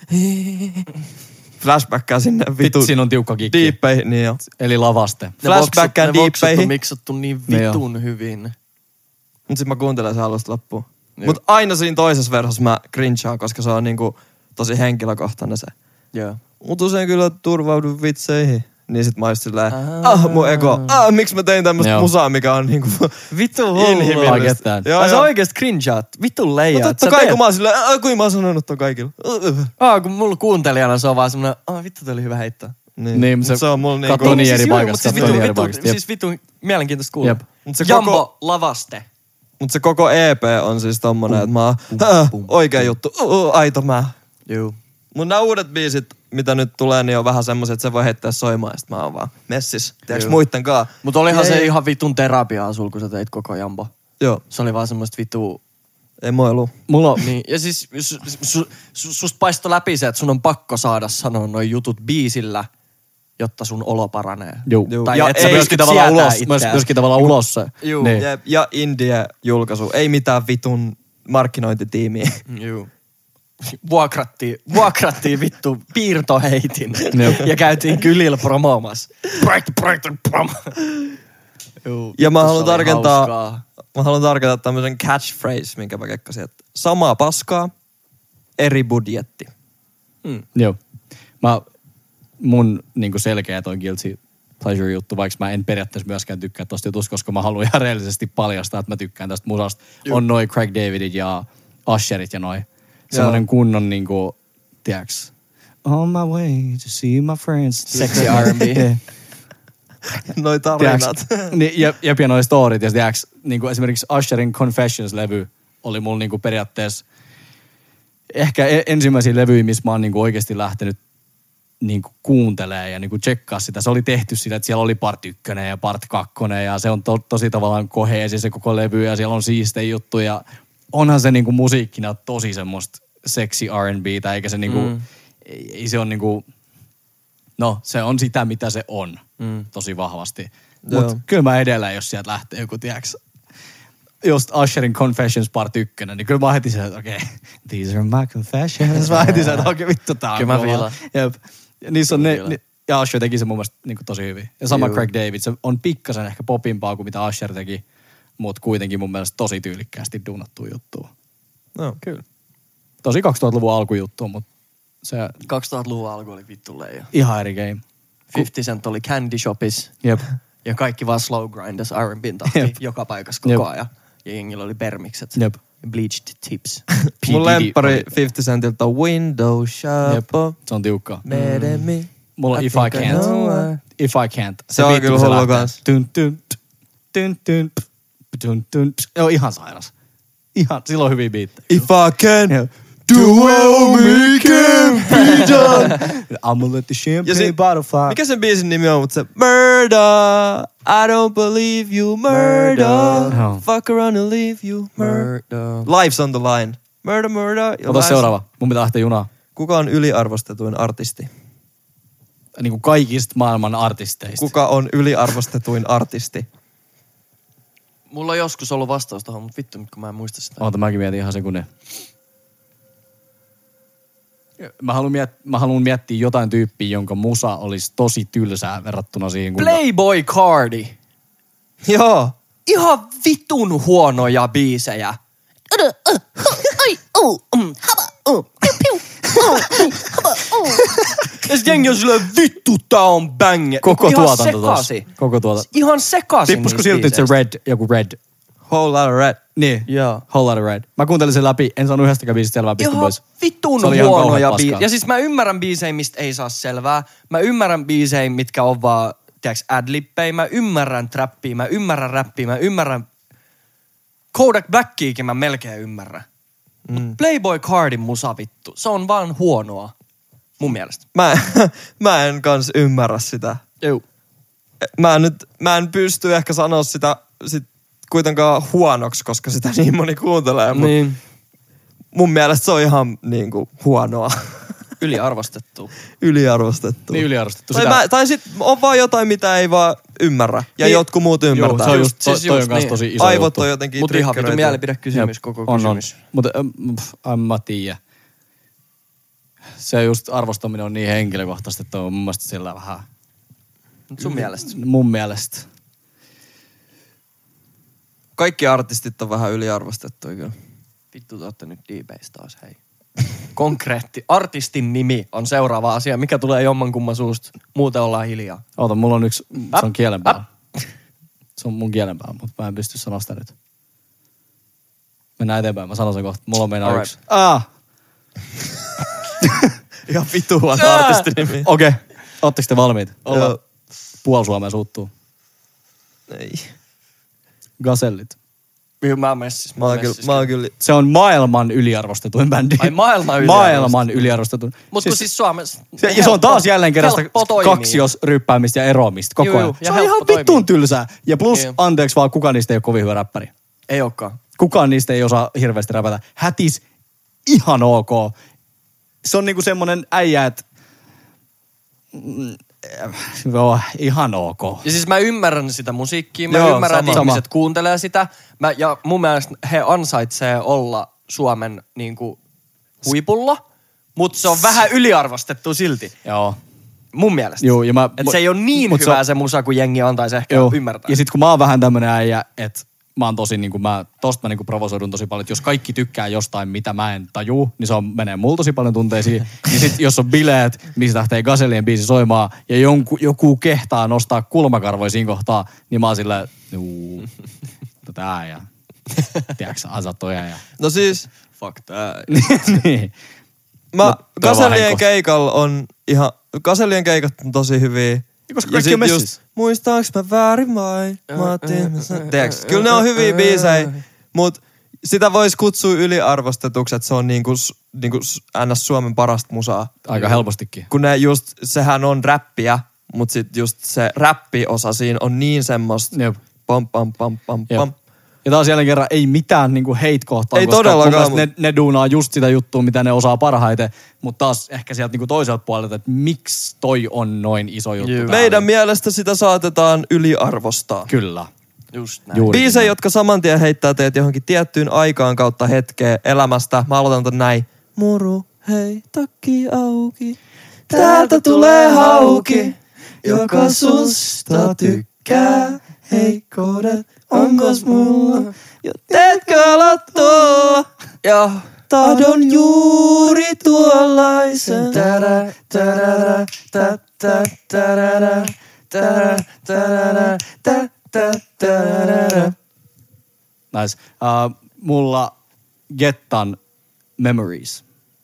[SPEAKER 1] Flashbackkää sinne vitu
[SPEAKER 2] Vitsi, siinä on tiukka kikki.
[SPEAKER 1] diippeihin, niin joo.
[SPEAKER 2] Eli lavaste.
[SPEAKER 1] Flashbackään
[SPEAKER 4] ne voksut on
[SPEAKER 1] diippeihin.
[SPEAKER 4] miksattu niin
[SPEAKER 2] Ne joo.
[SPEAKER 4] vitun hyvin.
[SPEAKER 1] Mut sit mä kuuntelen sen alusta loppuun.
[SPEAKER 4] Joo.
[SPEAKER 1] Mut aina siinä toisessa verhossa mä cringeaan, koska se on niinku tosi henkilökohtainen se.
[SPEAKER 4] Joo.
[SPEAKER 1] Mut usein kyllä turvaudun vitseihin. Niin sit mä oon just silleen, ah mun ego, ah miksi mä tein tämmöstä
[SPEAKER 2] Joo.
[SPEAKER 1] musaa, mikä on niinku
[SPEAKER 4] Vittu hullu.
[SPEAKER 2] I get that.
[SPEAKER 1] Joo,
[SPEAKER 4] Ai sä
[SPEAKER 1] joo.
[SPEAKER 4] oikeesti cringeaat. Vitun leijaa.
[SPEAKER 1] No totta kai, kun mä oon silleen, ah kuin mä oon sanonut ton kaikille.
[SPEAKER 4] Aa, kun mulla kuuntelijana se on vaan semmonen, aa vittu toi oli hyvä heitto.
[SPEAKER 1] Niin,
[SPEAKER 2] Niin,
[SPEAKER 1] mut
[SPEAKER 2] se
[SPEAKER 1] se on mulla niinku...
[SPEAKER 2] katsoo niin eri
[SPEAKER 4] siis, joo,
[SPEAKER 2] paikasta,
[SPEAKER 4] mut siis
[SPEAKER 2] katsoo
[SPEAKER 4] vitun,
[SPEAKER 2] niin eri
[SPEAKER 4] vitun,
[SPEAKER 2] paikasta. Jep.
[SPEAKER 4] siis vitun mielenkiintoista kuulla.
[SPEAKER 2] Jep.
[SPEAKER 1] Mut se
[SPEAKER 4] Jambo
[SPEAKER 1] koko,
[SPEAKER 4] lavaste.
[SPEAKER 1] mut se koko E P on siis tommonen, että mä oon, ah, oikea juttu, uh, aito mä.
[SPEAKER 4] Juu.
[SPEAKER 1] Mun nää uudet biisit, mitä nyt tulee, niin on vähän semmoset, että se voi heittää soimaan, ja sit mä oon vaan messis. Tiedätkö
[SPEAKER 4] Joo.
[SPEAKER 1] muitten kaa?
[SPEAKER 4] Mut olihan
[SPEAKER 1] Ei.
[SPEAKER 4] se ihan vitun terapiaa sul, kun sä teit koko jambo.
[SPEAKER 1] Joo,
[SPEAKER 4] Se oli vaan semmoista vittu...
[SPEAKER 1] ei moilu.
[SPEAKER 2] Mulla on,
[SPEAKER 4] Niin, ja siis su, su, su, susta paistoi läpi se, että sun on pakko saada sanoa noi jutut biisillä, jotta sun olo paranee.
[SPEAKER 2] Juu.
[SPEAKER 1] Juu.
[SPEAKER 4] Tai
[SPEAKER 1] Ja
[SPEAKER 4] et
[SPEAKER 1] ei
[SPEAKER 4] sä
[SPEAKER 2] myöskin
[SPEAKER 4] myöskin
[SPEAKER 2] tavallaan
[SPEAKER 4] sietää
[SPEAKER 2] ulos, myös,
[SPEAKER 4] itseäsi.
[SPEAKER 2] myöskin tavallaan ulos se.
[SPEAKER 4] Juu.
[SPEAKER 2] Niin.
[SPEAKER 1] Jep, ja Indie-julkaisu, ei mitään vitun markkinointitiimiä.
[SPEAKER 4] Juu. Vuokrattiin, vuokrattiin vittu piirtoheitin
[SPEAKER 2] Jep.
[SPEAKER 4] ja käytiin kylillä promoomassa. Projekti, projekti, promo. Juu,
[SPEAKER 1] Ja mä
[SPEAKER 4] vittu,
[SPEAKER 1] haluan
[SPEAKER 4] se oli
[SPEAKER 1] tarkentaa,
[SPEAKER 4] hauskaa.
[SPEAKER 1] mä haluan tarkentaa tämmöisen catchphrase, minkä mä kekkasin, että samaa paskaa, eri budjetti.
[SPEAKER 2] Joo. Mä, mun niinku selkeä toi guilty pleasure juttu, vaikka mä en periaatteessa myöskään tykkää tosta jutusta, koska mä haluan ihan reellisesti paljastaa, että mä tykkään tästä musasta.
[SPEAKER 4] Juu.
[SPEAKER 2] On noi Craig Davidit ja Usherit ja noi. Semmonen kunnon niinku, tiiäks, on my way to see my friends.
[SPEAKER 4] Sexy R and B.
[SPEAKER 2] Yeah.
[SPEAKER 1] Noi
[SPEAKER 2] Tiiäks,
[SPEAKER 1] tarinat.
[SPEAKER 2] niin, jep, jep, ja noi storit. Ja tiiäks, niinku esimerkiksi Usherin Confessions-levy oli mulla niinku periaatteessa ehkä e- ensimmäisiä levyjä, missä mä oon niinku oikeasti lähtenyt niinku kuuntelee ja niinku tsekkaa sitä. Se oli tehty sitä, että siellä oli part ykkönen ja part kakkonen ja se on to, tosi tavallaan koheesi se koko levy ja siellä on siistejä juttuja. Onhan se niinku musiikkina tosi semmoista sexy R and B:tä, eikä se niinku, mm. ei, ei se on niinku, no se on sitä mitä se on mm. tosi vahvasti. Mutta
[SPEAKER 1] Joo.
[SPEAKER 2] kyllä mä edelleen, jos sieltä lähtee joku, tiiäks, just Usherin Confessions part ykkönen, niin kyllä mä heti sen, että okei, okay, these are my confessions. Mä heti sen, että okei, okay, vittu tää on
[SPEAKER 4] Kyllä mä
[SPEAKER 2] kova.
[SPEAKER 4] fiilaan.
[SPEAKER 2] Jep. Ja niissä on ne,
[SPEAKER 4] Fiilaan.
[SPEAKER 2] ni, ja Usher teki se mun mielestä niin tosi hyvin. Ja sama
[SPEAKER 4] Juu.
[SPEAKER 2] Craig David, se on pikkasen ehkä popimpaa kuin mitä Usher teki, mutta kuitenkin mun mielestä tosi tyylikkäästi duunattu juttu.
[SPEAKER 1] No.
[SPEAKER 2] Kyllä. Tosi kaksituhattaluvun alkujuttu, mutta se
[SPEAKER 4] kaksituhattaluvun alku oli vittu leija.
[SPEAKER 2] ihan eri game.
[SPEAKER 4] fifty Cent oli Candy Shopissa
[SPEAKER 2] Jep.
[SPEAKER 4] ja kaikki vaan slow grindas R and B:n tahti
[SPEAKER 2] Jep.
[SPEAKER 4] joka paikassa koko
[SPEAKER 2] Jep.
[SPEAKER 4] ajan. Ja jengillä oli permikset.
[SPEAKER 2] Jep.
[SPEAKER 4] Ja bleached tips.
[SPEAKER 2] P.
[SPEAKER 1] Mun
[SPEAKER 2] Diddy
[SPEAKER 1] lemppari
[SPEAKER 2] oli-
[SPEAKER 1] fifty Centiltä on Window Shopper.
[SPEAKER 2] Se on tiukkaa.
[SPEAKER 1] Made me.
[SPEAKER 2] Mulla on
[SPEAKER 1] I
[SPEAKER 2] If
[SPEAKER 1] think
[SPEAKER 2] I
[SPEAKER 1] I
[SPEAKER 2] Can't.
[SPEAKER 1] know why.
[SPEAKER 2] If I Can't.
[SPEAKER 1] Se on
[SPEAKER 2] beat,
[SPEAKER 1] kyllä
[SPEAKER 2] kun se
[SPEAKER 1] hullu
[SPEAKER 2] lähtee.
[SPEAKER 1] kans.
[SPEAKER 2] Tun, tun, tun, tun, tun, tun. Se on ihan sairas. Ihan, sillä on hyviä biittejä.
[SPEAKER 1] If I can
[SPEAKER 2] Joo.
[SPEAKER 1] do all me can be done.
[SPEAKER 2] I'ma let the
[SPEAKER 1] Ja
[SPEAKER 2] champagne
[SPEAKER 1] se-
[SPEAKER 2] bottle fly.
[SPEAKER 1] Mikä sen biisin nimi on, mutta se Murder, I don't believe you, murder,
[SPEAKER 2] Joo.
[SPEAKER 1] fuck around and leave you, murder. Life's on the line. Murder, murder. ja
[SPEAKER 2] Ota
[SPEAKER 1] life's-
[SPEAKER 2] seuraava. Mun pitää lähteä junaan.
[SPEAKER 1] Kuka on yliarvostetuin artisti?
[SPEAKER 2] Niin kuin kaikista maailman artisteista.
[SPEAKER 1] Kuka on yliarvostetuin artisti?
[SPEAKER 4] Mulla on joskus ollut vastaus tohon, mutta vittu, kun mä en muista sitä.
[SPEAKER 2] Oota, mäkin mietin ihan sekunnin. Mä haluan, miet- mä haluan miettiä jotain tyyppiä, jonka musa olisi tosi tylsää verrattuna siihen, kun...
[SPEAKER 4] Playboy Cardi.
[SPEAKER 1] Joo.
[SPEAKER 4] Ihan vitun huonoja biisejä. Ja sit jengi on silleen, vittu tää on banger.
[SPEAKER 2] Koko
[SPEAKER 4] Ihan
[SPEAKER 2] tuotanto tossa.
[SPEAKER 4] sekasi.
[SPEAKER 2] Koko tuotanto.
[SPEAKER 4] Ihan sekaisin
[SPEAKER 2] Tippusko
[SPEAKER 4] niistä
[SPEAKER 2] siltä nyt se
[SPEAKER 4] biiseistä.
[SPEAKER 2] Red, joku Red?
[SPEAKER 1] Whole Lotta Red.
[SPEAKER 2] Niin.
[SPEAKER 4] Joo.
[SPEAKER 2] Whole Lotta Red. Mä kuuntelin sen läpi, en saanut yhdestäkään biisistä selvää, pistin
[SPEAKER 4] Ihan
[SPEAKER 2] pois.
[SPEAKER 4] vitun
[SPEAKER 2] Se oli ihan
[SPEAKER 4] huonoja
[SPEAKER 2] kauhean
[SPEAKER 4] biisejä.
[SPEAKER 2] paskaa.
[SPEAKER 4] Ja siis mä ymmärrän biisejä, mistä ei saa selvää. Mä ymmärrän biisejä, mitkä on vaan, tiiäks, adlippejä. Mä ymmärrän trappia, mä ymmärrän rappia, mä ymmärrän... Kodak Blackiakin mä melkein ymmärrän. Mm. Playboy Cardin musa vittu, se on vaan huonoa. Mun mielestä.
[SPEAKER 1] Mä, mä en kans ymmärrä sitä.
[SPEAKER 4] Joo.
[SPEAKER 1] mä en nyt, mä en pysty ehkä sanoa sitä sit kuitenkaan huonoksi, koska sitä niin moni kuuntelee, mutta
[SPEAKER 4] Niin.
[SPEAKER 1] mun mielestä se on ihan niinku huonoa.
[SPEAKER 4] Yliarvostettu.
[SPEAKER 1] Yliarvostettu.
[SPEAKER 2] Niin yliarvostettu.
[SPEAKER 1] Tai,
[SPEAKER 2] Sitä,
[SPEAKER 1] mä, tai sit on vaan jotain, mitä ei vaan ymmärrä. Ja
[SPEAKER 4] Niin.
[SPEAKER 1] jotkut muut ymmärtää.
[SPEAKER 2] joo, se on just,
[SPEAKER 4] Siis
[SPEAKER 2] to, toi
[SPEAKER 4] just
[SPEAKER 2] on kans
[SPEAKER 4] niin.
[SPEAKER 2] tosi iso
[SPEAKER 1] Aivot
[SPEAKER 2] juttu.
[SPEAKER 1] on jotenkin
[SPEAKER 4] Mutta ihan vitu
[SPEAKER 1] triggeröity.
[SPEAKER 4] mielipidekysymys, koko
[SPEAKER 2] on, on.
[SPEAKER 4] kysymys.
[SPEAKER 2] Mutta en mä tiedä. Se just arvostaminen on niin henkilökohtaista, että on mun mielestä sillä vähän...
[SPEAKER 4] Mut sun mielestä?
[SPEAKER 2] Mun mielestä.
[SPEAKER 1] Kaikki artistit on vähän yliarvostettuja kyllä.
[SPEAKER 4] Vittu, te ootte nyt D B:ssä taas, hei. Konkreetti. Artistin nimi on seuraava asia, mikä tulee jommankumman suusta. Muuten ollaan hiljaa.
[SPEAKER 2] Oota, mulla on yksi,
[SPEAKER 4] Äp,
[SPEAKER 2] se on kielen päällä. Se on mun kielen päällä, mutta mä en pysty sanoa sitä nyt. Mennään eteenpäin, mä sanon sen kohta. Mulla on meinaa
[SPEAKER 4] Alright.
[SPEAKER 2] yksi. Ah,
[SPEAKER 1] Ihan vitu huono artistinimi.
[SPEAKER 2] okei. Okay. Ootteko te valmiit? Ollaan.
[SPEAKER 1] Joo.
[SPEAKER 2] Puol Suomea suuttuu.
[SPEAKER 1] Ei.
[SPEAKER 2] Gasellit.
[SPEAKER 4] Kyllä mä oon messissä.
[SPEAKER 1] Mä oon kyllä, mä oon kyllä
[SPEAKER 2] Se on maailman yliarvostetuin bändi.
[SPEAKER 4] Ai maailman yliarvostettu.
[SPEAKER 2] Maailman yliarvostetuin.
[SPEAKER 4] Mutta siis, siis Suomessa...
[SPEAKER 2] Se, ja se on taas jälleen kerran sitä
[SPEAKER 4] helppo toimia.
[SPEAKER 2] kaksiosryppäämistä ja eroamista koko
[SPEAKER 4] Juu,
[SPEAKER 2] ajan.
[SPEAKER 4] juu, ja
[SPEAKER 2] Se on ihan
[SPEAKER 4] helppo toimia.
[SPEAKER 2] vittuun tylsää. Ja plus,
[SPEAKER 4] Niin.
[SPEAKER 2] anteeksi vaan, kukaan niistä ei ole kovin hyvä räppäri.
[SPEAKER 4] Ei ookaan.
[SPEAKER 2] Kukaan niistä ei osaa hirveästi räpätä. Hätis ihan ok. Se on niinku semmonen äijä, että... Mm, joo, ihan ok.
[SPEAKER 4] Ja siis mä ymmärrän sitä musiikkia, mä
[SPEAKER 2] Joo,
[SPEAKER 4] ymmärrän,
[SPEAKER 2] sama.
[SPEAKER 4] että ihmiset
[SPEAKER 2] Sama.
[SPEAKER 4] kuuntelee sitä. Mä, ja mun mielestä he ansaitsee olla Suomen niinku, huipulla, mutta se on vähän yliarvostettu silti.
[SPEAKER 2] Joo.
[SPEAKER 4] Mun mielestä.
[SPEAKER 2] Joo, ja mä...
[SPEAKER 4] Että se ei ole niin
[SPEAKER 2] mut se
[SPEAKER 4] hyvää
[SPEAKER 2] on-
[SPEAKER 4] se musa, kuin jengi antaisi ehkä
[SPEAKER 2] Joo.
[SPEAKER 4] ymmärtää.
[SPEAKER 2] Ja sit kun mä oon vähän tämmönen äijä, että mä oon tosi niinku, mä, tosta mä niinku provosoidun tosi paljon, että jos kaikki tykkää jostain, mitä mä en tajuu, niin se on, menee mulla tosi paljon tunteisiin. Niin sit jos on bileet, missä lähtee Gazellien biisi soimaan, ja jonku, joku kehtaa nostaa kulmakarvoja siinä kohtaa, niin mä oon silleen, juu, tätä äijä. Tiedätkö sä, asat toi äijä.
[SPEAKER 1] No siis,
[SPEAKER 4] Fuck tää.
[SPEAKER 2] niin.
[SPEAKER 1] mä,
[SPEAKER 2] Mut toi on vaan
[SPEAKER 1] Gasellien
[SPEAKER 2] heikko.
[SPEAKER 1] keikalla on ihan, Gasellien keikat on tosi hyviä.
[SPEAKER 2] Koska
[SPEAKER 1] Ja
[SPEAKER 2] kaikki on
[SPEAKER 1] sit just,
[SPEAKER 2] messissä.
[SPEAKER 1] muistaaks mä väärin vai? Mä otin, mä san... Tiedätkö, kyllä ne on hyviä biisejä, mut sitä vois kutsua yliarvostetuksi, että se on niinku, s- niinku s- ns. Suomen parasta musaa.
[SPEAKER 2] Aika helpostikin.
[SPEAKER 1] Kun ne just, sehän on räppiä, mut sit just se räppiosa siinä on niin semmoista
[SPEAKER 2] Jep.
[SPEAKER 1] pam pam pam pam
[SPEAKER 2] Jep.
[SPEAKER 1] pam.
[SPEAKER 2] Ja taas jälleen kerran ei mitään niinku hate-kohtaa,
[SPEAKER 1] Ei
[SPEAKER 2] koska
[SPEAKER 1] todellakaan,
[SPEAKER 2] mun mielestä ne, ne duunaa just sitä juttua, mitä ne osaa parhaiten, mutta taas ehkä sieltä niinku toiselta puolelta, että miksi toi on noin iso juttu.
[SPEAKER 4] Juu.
[SPEAKER 2] täällä.
[SPEAKER 1] Meidän mielestä sitä saatetaan yliarvostaa.
[SPEAKER 2] Kyllä.
[SPEAKER 4] Just näin.
[SPEAKER 2] Juuri.
[SPEAKER 1] Biisejä, jotka saman tien heittää teet johonkin tiettyyn aikaan kautta hetkeä elämästä. Mä aloitan tän näin. Muru, hei, takki auki. Täältä tulee hauki, joka susta tykkää. Heikkoudet, onkos mulla? Jo teetkö alattua?
[SPEAKER 4] Joo.
[SPEAKER 1] Tahdon juuri tuollaisen.
[SPEAKER 4] Tärä, tärä, tä, tä, tärä, tärä, tärä, tä, tä, tärä.
[SPEAKER 2] Nice. Uh, mulla Gettan Memories.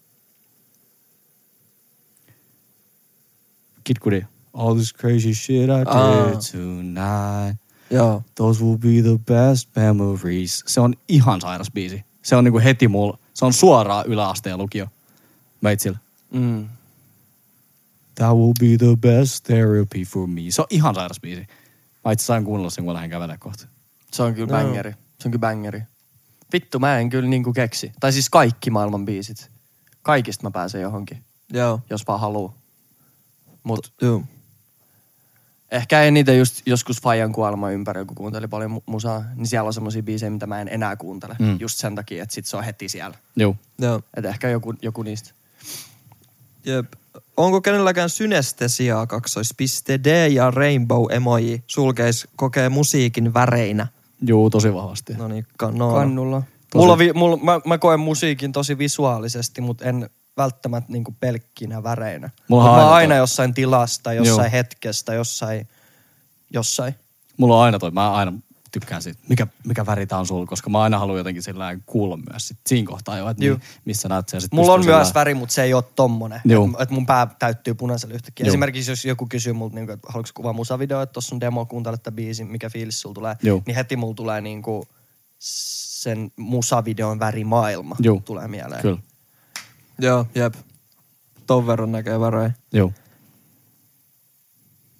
[SPEAKER 2] Kid Cudi. All this crazy shit I did
[SPEAKER 1] Ah.
[SPEAKER 2] tonight.
[SPEAKER 1] Joo.
[SPEAKER 2] Those will be the best memories. Se on ihan sairas biisi. Se on niinku heti mulla. Se on suoraan yläasteen lukio. Meitsillä.
[SPEAKER 4] Mm.
[SPEAKER 2] That will be the best therapy for me. Se on ihan sairas biisi. Mä itse sain kuunnella sen, kun lähden kävelemään kohta.
[SPEAKER 4] Se on kyllä
[SPEAKER 1] No.
[SPEAKER 4] bangeri. Se on kyllä bangeri. Vittu, mä en kyllä niinku keksi. Tai siis kaikki maailman biisit. Kaikista mä pääsen johonkin,
[SPEAKER 1] Joo.
[SPEAKER 4] jos vaan haluu. Mut
[SPEAKER 1] Joo.
[SPEAKER 4] ehkä eniten just joskus Fajan kuolema ympärillä, kun kuuntelin paljon mu- musaa, niin siellä on semmosia biisejä, mitä mä en enää kuuntele.
[SPEAKER 2] Mm.
[SPEAKER 4] Just sen takia, että sit se on heti siellä.
[SPEAKER 2] Joo.
[SPEAKER 1] Joo.
[SPEAKER 4] Et ehkä joku, joku niistä.
[SPEAKER 1] Jep. Onko kenelläkään synestesiaa kaksoispiste D ja rainbow emoji sulkeis kokee musiikin väreinä?
[SPEAKER 2] Joo, tosi vahvasti.
[SPEAKER 1] No niin, no.
[SPEAKER 4] Kannulla. Mulla, vi, mulla mä, mä koen musiikin tosi visuaalisesti, mutta en välttämättä niinku pelkkinä väreinä.
[SPEAKER 2] Mulla
[SPEAKER 4] Mut
[SPEAKER 2] on
[SPEAKER 4] mä oon
[SPEAKER 2] aina
[SPEAKER 4] aina
[SPEAKER 2] toi.
[SPEAKER 4] jossain tilasta, jossain
[SPEAKER 2] Joo.
[SPEAKER 4] hetkestä, jossain, jossain.
[SPEAKER 2] Mulla on aina toi, mä aina tykkään siitä, mikä, mikä väri tää on sulla, koska mä aina haluan jotenkin sillä kuulla myös sit siinä kohtaa jo, että
[SPEAKER 4] Juu.
[SPEAKER 2] niin, missä näet sen. Sit
[SPEAKER 4] Mulla on
[SPEAKER 2] pystyy
[SPEAKER 4] myös
[SPEAKER 2] sillä-
[SPEAKER 4] väri, mutta se ei ole tommonen.
[SPEAKER 2] Joo.
[SPEAKER 4] Että et mun pää täyttyy punaisella yhtäkkiä.
[SPEAKER 2] Joo.
[SPEAKER 4] Esimerkiksi jos joku kysyy multa, niinku, että haluatko kuvaa musavideo, että tossa on demo, kuuntele tätä biisin, mikä fiilis sulla tulee.
[SPEAKER 2] Joo.
[SPEAKER 4] Niin heti mulla tulee niinku sen musavideon värimaailma
[SPEAKER 2] Joo.
[SPEAKER 4] tulee mieleen.
[SPEAKER 2] Kyllä,
[SPEAKER 1] Joo, jep. Ton verran näkee värejä.
[SPEAKER 2] joo.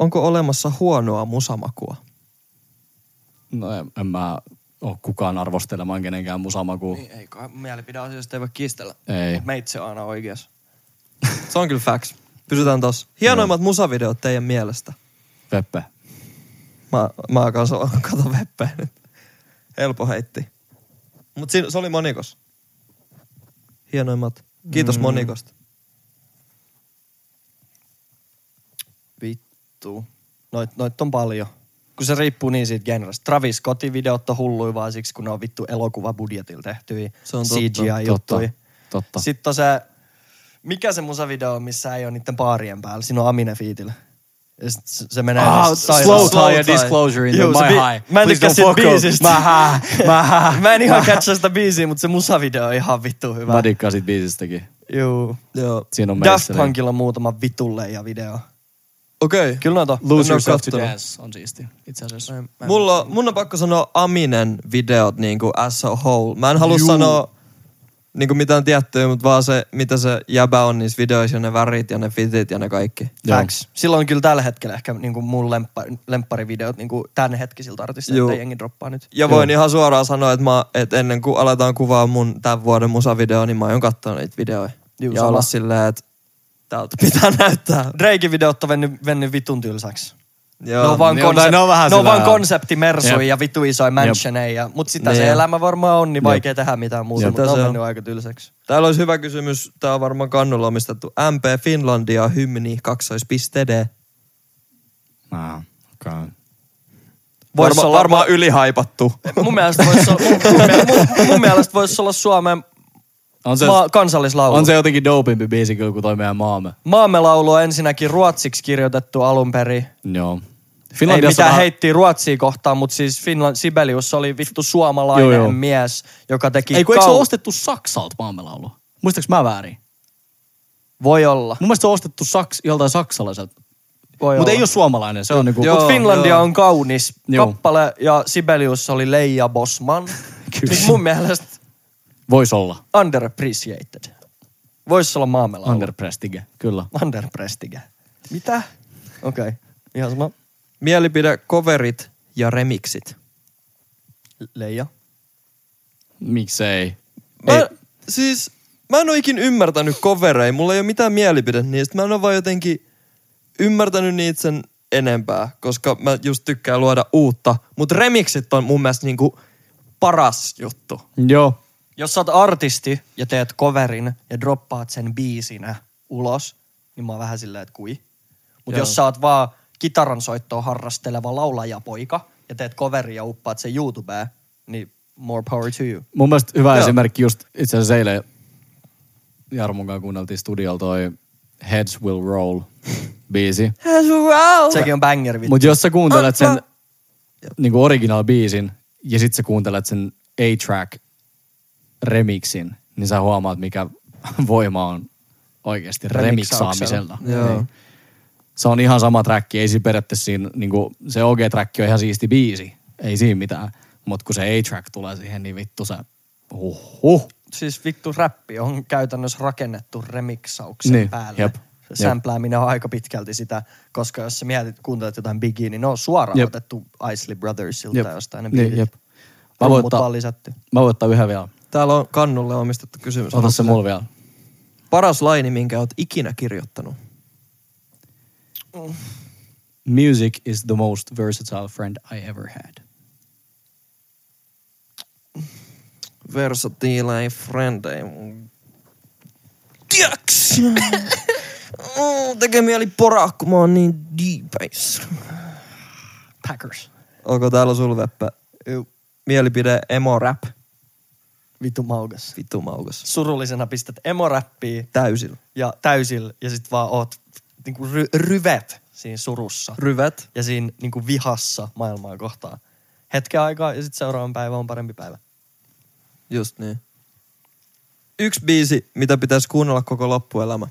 [SPEAKER 1] onko olemassa huonoa musamakua?
[SPEAKER 2] No en, en mä ole kukaan arvostelemaan kenenkään musamakua.
[SPEAKER 4] Ei, ei kai mielipideasioista ei voi kiistellä.
[SPEAKER 2] Ei.
[SPEAKER 4] Meitsi on aina oikeassa.
[SPEAKER 1] Se on kyllä facts. Pysytään tossa. Hienoimmat musavideot teidän mielestä.
[SPEAKER 2] Peppe.
[SPEAKER 1] Mä, mä kanssa kato Veppeä nyt. Helpo heitti. Mut siinä, se oli Monikos. Hienoimmat. Kiitos mm. Monikosta.
[SPEAKER 4] Vittu. Noit, noit on paljon. Kun se riippuu niin siitä genrestä. Travis Scottin videot on hulluja vaan siksi, kun ne on vittu elokuvabudjetilla tehtyjä
[SPEAKER 1] Se on
[SPEAKER 4] C G I-juttuja.
[SPEAKER 2] Totta. Totta.
[SPEAKER 4] Sitten on se, mikä se musavideo on, missä ei ole niiden baarien päällä. Siinä on Amine featillä. Ja sit se, se menee...
[SPEAKER 2] Ah,
[SPEAKER 4] niin
[SPEAKER 2] slow,
[SPEAKER 4] sairaan-
[SPEAKER 2] tie ja disclosure in
[SPEAKER 4] Juu,
[SPEAKER 2] the
[SPEAKER 4] se
[SPEAKER 2] my
[SPEAKER 4] bi-
[SPEAKER 2] high.
[SPEAKER 4] Mä en
[SPEAKER 2] Please
[SPEAKER 4] tykkää
[SPEAKER 2] don't
[SPEAKER 4] siitä
[SPEAKER 2] fuck up.
[SPEAKER 4] biisistä.
[SPEAKER 2] Mä hää, mä hää.
[SPEAKER 4] Mä en ihan catcha sitä biisiä, mutta se musavideo on ihan vittu hyvä.
[SPEAKER 2] Mä dikkaan siitä biisistäkin.
[SPEAKER 4] Juu.
[SPEAKER 1] Joo.
[SPEAKER 2] Siinä on
[SPEAKER 4] Daft
[SPEAKER 2] meisseli.
[SPEAKER 4] Punkilla on muutama vitulle ja video.
[SPEAKER 1] Okei. Okay.
[SPEAKER 4] Kyllä noita.
[SPEAKER 2] Lose
[SPEAKER 1] En oo
[SPEAKER 2] Yourself to
[SPEAKER 1] kattonut.
[SPEAKER 2] Dance on siisti itse asiassa.
[SPEAKER 1] Mulla, mun on pakko sanoa Aminen videot niinku as a whole. Mä en halua
[SPEAKER 4] Juu.
[SPEAKER 1] sanoa niinku mitään tiettyä, mutta vaan se, mitä se jäbä on niissä videoissa ja ne värit ja ne fitit ja ne kaikki.
[SPEAKER 2] Joo.
[SPEAKER 4] Facts. Silloin on kyllä tällä hetkellä ehkä niinku mun lemppa, lempparivideot niinku tämänhetkisiltä artisteilta,
[SPEAKER 1] Juu.
[SPEAKER 4] että jengi droppaa nyt.
[SPEAKER 1] Ja voin ihan suoraan sanoa, että, mä, että ennen kuin aletaan kuvaa mun tämän vuoden musavideo, niin mä aion katsoa niitä videoja.
[SPEAKER 4] Juu,
[SPEAKER 1] ja
[SPEAKER 4] sama.
[SPEAKER 1] olla silleen, että täältä pitää näyttää.
[SPEAKER 4] Drakein videot on vennyt, vennyt vitun tylsäksi.
[SPEAKER 1] Joo.
[SPEAKER 4] Ne on vaan,
[SPEAKER 2] Niin,
[SPEAKER 4] konsep-
[SPEAKER 2] ne on vähän
[SPEAKER 4] ne on
[SPEAKER 2] sillä
[SPEAKER 4] vaan
[SPEAKER 2] lailla.
[SPEAKER 4] konseptimersuja
[SPEAKER 2] Jep.
[SPEAKER 4] ja vitu isoja mansioneja. Mut sitä
[SPEAKER 1] Niin
[SPEAKER 4] se
[SPEAKER 1] jo.
[SPEAKER 4] elämä varmaan on, niin vaikea tehdä mitään muuta.
[SPEAKER 2] Jep.
[SPEAKER 4] Mutta ne
[SPEAKER 1] Sitä
[SPEAKER 4] on
[SPEAKER 1] se on.
[SPEAKER 4] mennyt aika tylsäksi.
[SPEAKER 1] Täällä olisi hyvä kysymys. Tää on varmaan kannulla omistettu. M P Finlandia hymni kaksois.d.
[SPEAKER 2] Ah, okay.
[SPEAKER 4] Vois
[SPEAKER 1] Varma,
[SPEAKER 4] olla-
[SPEAKER 1] varmaan ylihaipattu.
[SPEAKER 4] Mun mielestä voisi olla, mun, mun, mun, mun mielestä vois olla Suomen
[SPEAKER 2] On se,
[SPEAKER 4] maa, kansallislaulu.
[SPEAKER 2] on se jotenkin dopimpi biisi kyllä kuin toi meidän maamme.
[SPEAKER 4] Maamme laulu on ensinnäkin ruotsiksi kirjoitettu alun perin.
[SPEAKER 2] Joo.
[SPEAKER 4] Ei
[SPEAKER 2] Finlandiassa
[SPEAKER 4] mitään
[SPEAKER 2] vähän-
[SPEAKER 4] heittiä Ruotsia kohtaan, mutta siis Finland, Sibelius oli vittu suomalainen
[SPEAKER 2] Joo, joo.
[SPEAKER 4] mies, joka teki
[SPEAKER 2] Ei kun eikö se
[SPEAKER 4] kau-
[SPEAKER 2] ole ostettu Saksalta maamme laulu? Muistaaks mä väärin?
[SPEAKER 4] Voi olla.
[SPEAKER 2] Mun mielestä se on ostettu Saks, joltain saksalaiselta.
[SPEAKER 4] Voi
[SPEAKER 2] Mutta
[SPEAKER 4] olla.
[SPEAKER 2] ei ole suomalainen, se on niinku...
[SPEAKER 1] Joo.
[SPEAKER 4] Mut Finlandia on kaunis
[SPEAKER 2] Joo.
[SPEAKER 4] kappale ja Sibelius oli Leija Bosman.
[SPEAKER 2] Kyllä.
[SPEAKER 4] Niin mun mielestä
[SPEAKER 2] Vois olla.
[SPEAKER 4] underappreciated. Voisi olla maamme laulu.
[SPEAKER 2] Underprestige, kyllä.
[SPEAKER 4] Underprestige. Mitä? Okei. Okay. Ihan sama.
[SPEAKER 1] Mielipide, coverit ja remixit.
[SPEAKER 4] Leija.
[SPEAKER 2] Miksei?
[SPEAKER 1] Mä,
[SPEAKER 2] Ei.
[SPEAKER 1] siis, mä en oo ikin ymmärtänyt covereja. Mulla ei ole mitään mielipide niistä. Mä en oo vaan jotenkin ymmärtänyt niitä sen enempää, koska mä just tykkään luoda uutta. Mut remixit on mun mielestä niinku paras juttu.
[SPEAKER 2] Joo.
[SPEAKER 4] Jos sä oot artisti ja teet coverin ja droppaat sen biisinä ulos, niin mä oon vähän silleen, että kui. Mutta
[SPEAKER 1] Joo.
[SPEAKER 4] jos sä oot vaan kitaran soittoa harrasteleva laulajapoika ja teet coverin ja uppaat sen YouTubeen, niin more power to you.
[SPEAKER 2] Mun mielestä hyvä
[SPEAKER 1] Joo.
[SPEAKER 2] esimerkki just itse asiassa eilen Jarmon kanssa kuunneltiin studiolla toi Heads Will Roll biisi.
[SPEAKER 4] Sekin on banger vittu.
[SPEAKER 2] Mut jos sä kuuntelet sen niinku original biisin ja sit sä kuuntelet sen A-track remixin, niin sä huomaat mikä voima on oikeesti remixaamisella.
[SPEAKER 1] Joo.
[SPEAKER 2] Niin. Se on ihan sama träkki, ei siinä periaatteessa siinä, niinku, se O G-träkki on ihan siisti biisi, ei siinä mitään. Mut kun se A-track tulee siihen, niin vittu se, huh, huh.
[SPEAKER 4] Siis vittu räppi on käytännössä rakennettu remixauksen
[SPEAKER 2] Niin,
[SPEAKER 4] päälle.
[SPEAKER 2] jep,
[SPEAKER 4] Se
[SPEAKER 2] jep.
[SPEAKER 4] sämplääminen on aika pitkälti sitä, koska jos sä mietit, kuuntelet jotain Biggie, niin ne on suoraan
[SPEAKER 2] Jep.
[SPEAKER 4] otettu Isley Brothersilta
[SPEAKER 2] Jep.
[SPEAKER 4] tai jostain ne
[SPEAKER 2] Niin,
[SPEAKER 4] biitit.
[SPEAKER 2] jep. Mä
[SPEAKER 4] Rummut
[SPEAKER 2] voin ottaa-
[SPEAKER 4] vaan lisätty.
[SPEAKER 2] Mä voin ottaa yhden vielä.
[SPEAKER 1] Täällä on kannulle omistettu kysymys.
[SPEAKER 2] Ota se mulla vielä.
[SPEAKER 1] Paras laini, minkä oot ikinä kirjoittanut.
[SPEAKER 2] Music is the most versatile friend I ever had.
[SPEAKER 1] Versatile friend. Tiiäks? Mm, Tekee mieli poraa, kun mä oon niin deepeis.
[SPEAKER 4] Packers.
[SPEAKER 1] Onko täällä sul Veppe? Mielipide emo rap.
[SPEAKER 4] Vittu maukas.
[SPEAKER 1] Vittu maukas.
[SPEAKER 4] Surullisena pistät emoräppiä
[SPEAKER 1] Täysillä.
[SPEAKER 4] ja täysillä ja sit vaan oot niinku ry- ryvet siinä surussa.
[SPEAKER 1] Ryvet.
[SPEAKER 4] Ja siinä niinku vihassa maailmaa kohtaan. Hetken aikaa ja sit seuraavan päivä on parempi päivä.
[SPEAKER 1] Just niin. Yksi biisi, mitä pitäisi kuunnella koko loppuelämä.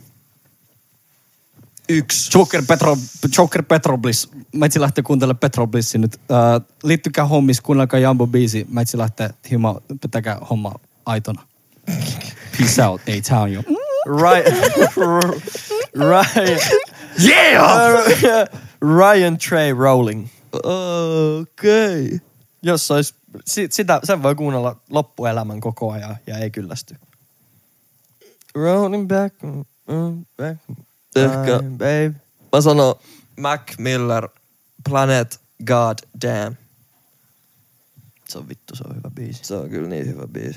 [SPEAKER 1] Yksi.
[SPEAKER 2] Joker, Petro, Joker Petrobliss. Mä etsin lähteä kuuntelemaan Petroblissin nyt. Äh, liittykää hommis, kuunnelkaa Jambo biisi. Mä etsin lähteä hima, pitäkää homma aitona. Peace out, A-Town jo.
[SPEAKER 4] Right. right.
[SPEAKER 2] Yeah!
[SPEAKER 4] Ryan Trey Rowling.
[SPEAKER 1] Okei. Okay.
[SPEAKER 4] Jos olisi, sit, sitä, sen voi kuunnella loppuelämän koko ajan ja ei kyllästy. Rolling back, mm, back,
[SPEAKER 1] Ehkä.
[SPEAKER 4] time, babe.
[SPEAKER 1] Mä sanon Mac Miller, Planet God Damn.
[SPEAKER 4] Se on vittu, se on hyvä biisi.
[SPEAKER 1] Se on kyllä niin hyvä biisi.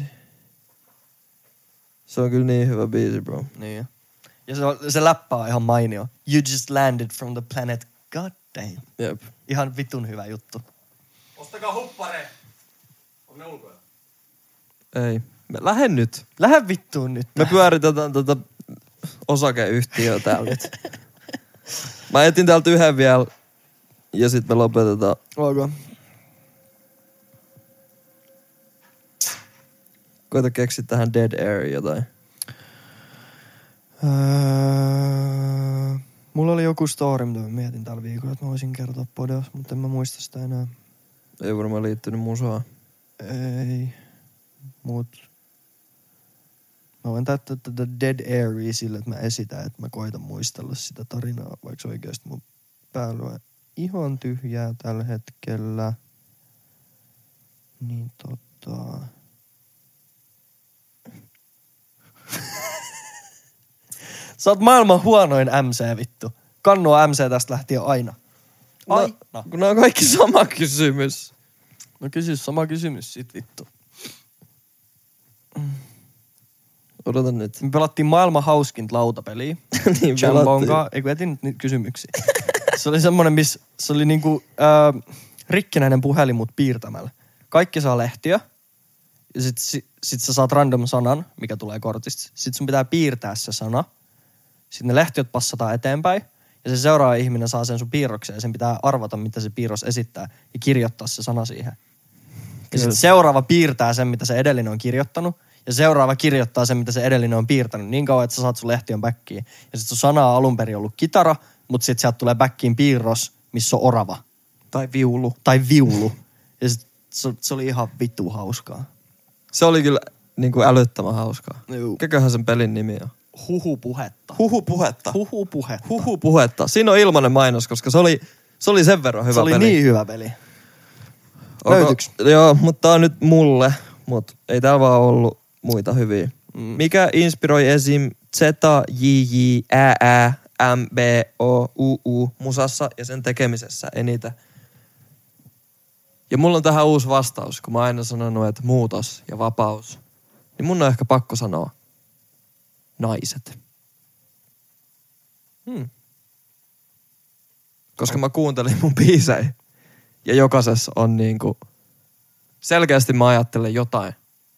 [SPEAKER 1] Se on kyllä niin hyvä biisi, bro.
[SPEAKER 4] Niin jo. Ja se, on, se läppä on ihan mainio. You just landed from the planet, god damn.
[SPEAKER 1] Jep.
[SPEAKER 4] Ihan vitun hyvä juttu.
[SPEAKER 2] Ostakaa huppare. On ne ulkoja.
[SPEAKER 1] Ei. Me lähden nyt.
[SPEAKER 4] Lähde vittuun nyt.
[SPEAKER 1] Me pyöritetään tätä osakeyhtiöä täällä nyt. Mä etin täältä yhden vielä ja sit me lopetetaan.
[SPEAKER 4] Okay.
[SPEAKER 1] Koita keksiä tähän Dead Air jotain.
[SPEAKER 4] Öö, mulla oli joku story, mitä mä mietin tällä viikolla, että mä voisin kertoa podos, mutta en mä muista sitä enää.
[SPEAKER 1] Ei varmaan liittynyt musaan.
[SPEAKER 4] Ei. Mut. Mä voin täyttää tätä Dead Airia sille, että mä esitän, että mä koitan muistella sitä tarinaa, vaikka oikeesti mun päällä on ihan tyhjää tällä hetkellä. Niin tota... Sä oot maailman huonoin M C, vittu. Kannu on M C tästä lähtien aina. Ai.
[SPEAKER 1] No, kun nää on kaikki sama kysymys.
[SPEAKER 4] No kysy sama kysymys sit, vittu.
[SPEAKER 1] Odota nyt.
[SPEAKER 4] Me pelattiin maailman hauskinta lautapeliä.
[SPEAKER 1] Niin
[SPEAKER 4] Jambonga. Ei kun etin nyt niitä kysymyksiä. Se oli semmonen, missä se oli niinku äh, rikkinäinen puhelin mut piirtämällä. Kaikki saa lehtiä. Ja sit, sit, sit sä saat random sanan, mikä tulee kortista. Sit sun pitää piirtää se sana. Sitten ne lehtiöt passataan eteenpäin. Ja se seuraava ihminen saa sen sun piirroksen. Ja sen pitää arvata, mitä se piirros esittää. Ja kirjoittaa se sana siihen. Ja sit seuraava piirtää sen, mitä se edellinen on kirjoittanut. Ja seuraava kirjoittaa sen, mitä se edellinen on piirtänyt. Niin kauan, että sä saat sun lehtiön backiin. Ja sit sun sana on alun perin ollut kitara. Mutta sit sieltä tulee backiin piirros, missä on orava.
[SPEAKER 1] Tai viulu.
[SPEAKER 4] Tai viulu. Ja sit se, se oli ihan vittu hauskaa.
[SPEAKER 1] Se oli kyllä niinku älyttömän hauskaa.
[SPEAKER 4] Juu.
[SPEAKER 1] Mikäköhän sen pelin nimi on?
[SPEAKER 4] Huhupuhetta.
[SPEAKER 1] Huhupuhetta.
[SPEAKER 4] Huhupuhetta.
[SPEAKER 1] Huhupuhetta. Siinä on ilmainen mainos, koska se oli, se oli sen verran hyvä
[SPEAKER 4] Se oli
[SPEAKER 1] peli.
[SPEAKER 4] niin hyvä peli.
[SPEAKER 1] Onko-
[SPEAKER 4] Löytyks?
[SPEAKER 1] Joo, mutta tää on nyt mulle. Mut ei täällä vaan ollut muita hyviä.
[SPEAKER 4] Mm.
[SPEAKER 1] Mikä inspiroi esim. Z, J, J, Ä, Ä, M, B, O, U, U musassa ja sen tekemisessä eniten? Ja mulla on tähän uusi vastaus, kun mä oon aina sanonut, että muutos ja vapaus. Niin mun on ehkä pakko sanoa naiset.
[SPEAKER 4] Hmm.
[SPEAKER 1] Koska mä kuuntelin mun biisejä. Ja jokaisessa on niinku... Selkeästi mä ajattelen jotain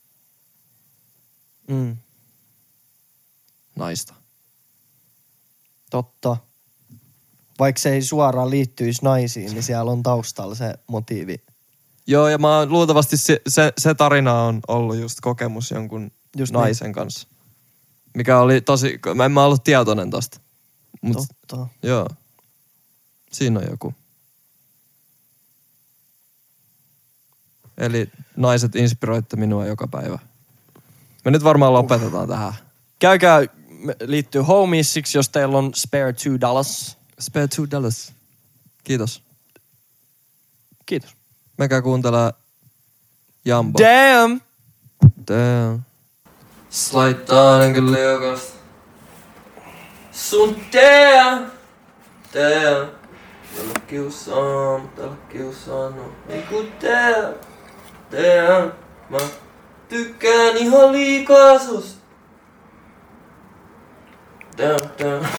[SPEAKER 4] Mm.
[SPEAKER 1] naista.
[SPEAKER 4] Totta. Vaikka se ei suoraan liittyisi naisiin, niin siellä on taustalla se motiivi.
[SPEAKER 1] Joo, ja mä oon, luultavasti se, se, se tarina on ollut just kokemus jonkun
[SPEAKER 4] Just
[SPEAKER 1] just naisen niin. kanssa. Mikä oli tosi... Mä en mä ollut tietoinen tosta. Mut
[SPEAKER 4] Totta.
[SPEAKER 1] joo. Siinä on joku. Eli naiset inspiroitte minua joka päivä. Me nyt varmaan lopetetaan tähän.
[SPEAKER 4] Käykää, me- liittyy homiesiksi, jos teillä on spare two dollars.
[SPEAKER 1] Spare two dollars. Kiitos.
[SPEAKER 4] Kiitos.
[SPEAKER 1] Mekä kuuntelee Jambo.
[SPEAKER 4] Damn!
[SPEAKER 1] Damn. Slaittaa ainakin liukasta. Sun damn! Damn. Tällä kiusaa, mutta tällä kiusannut. Ei kun damn. Damn. Mä tykkään ihan liikaa susta. Damn, damn.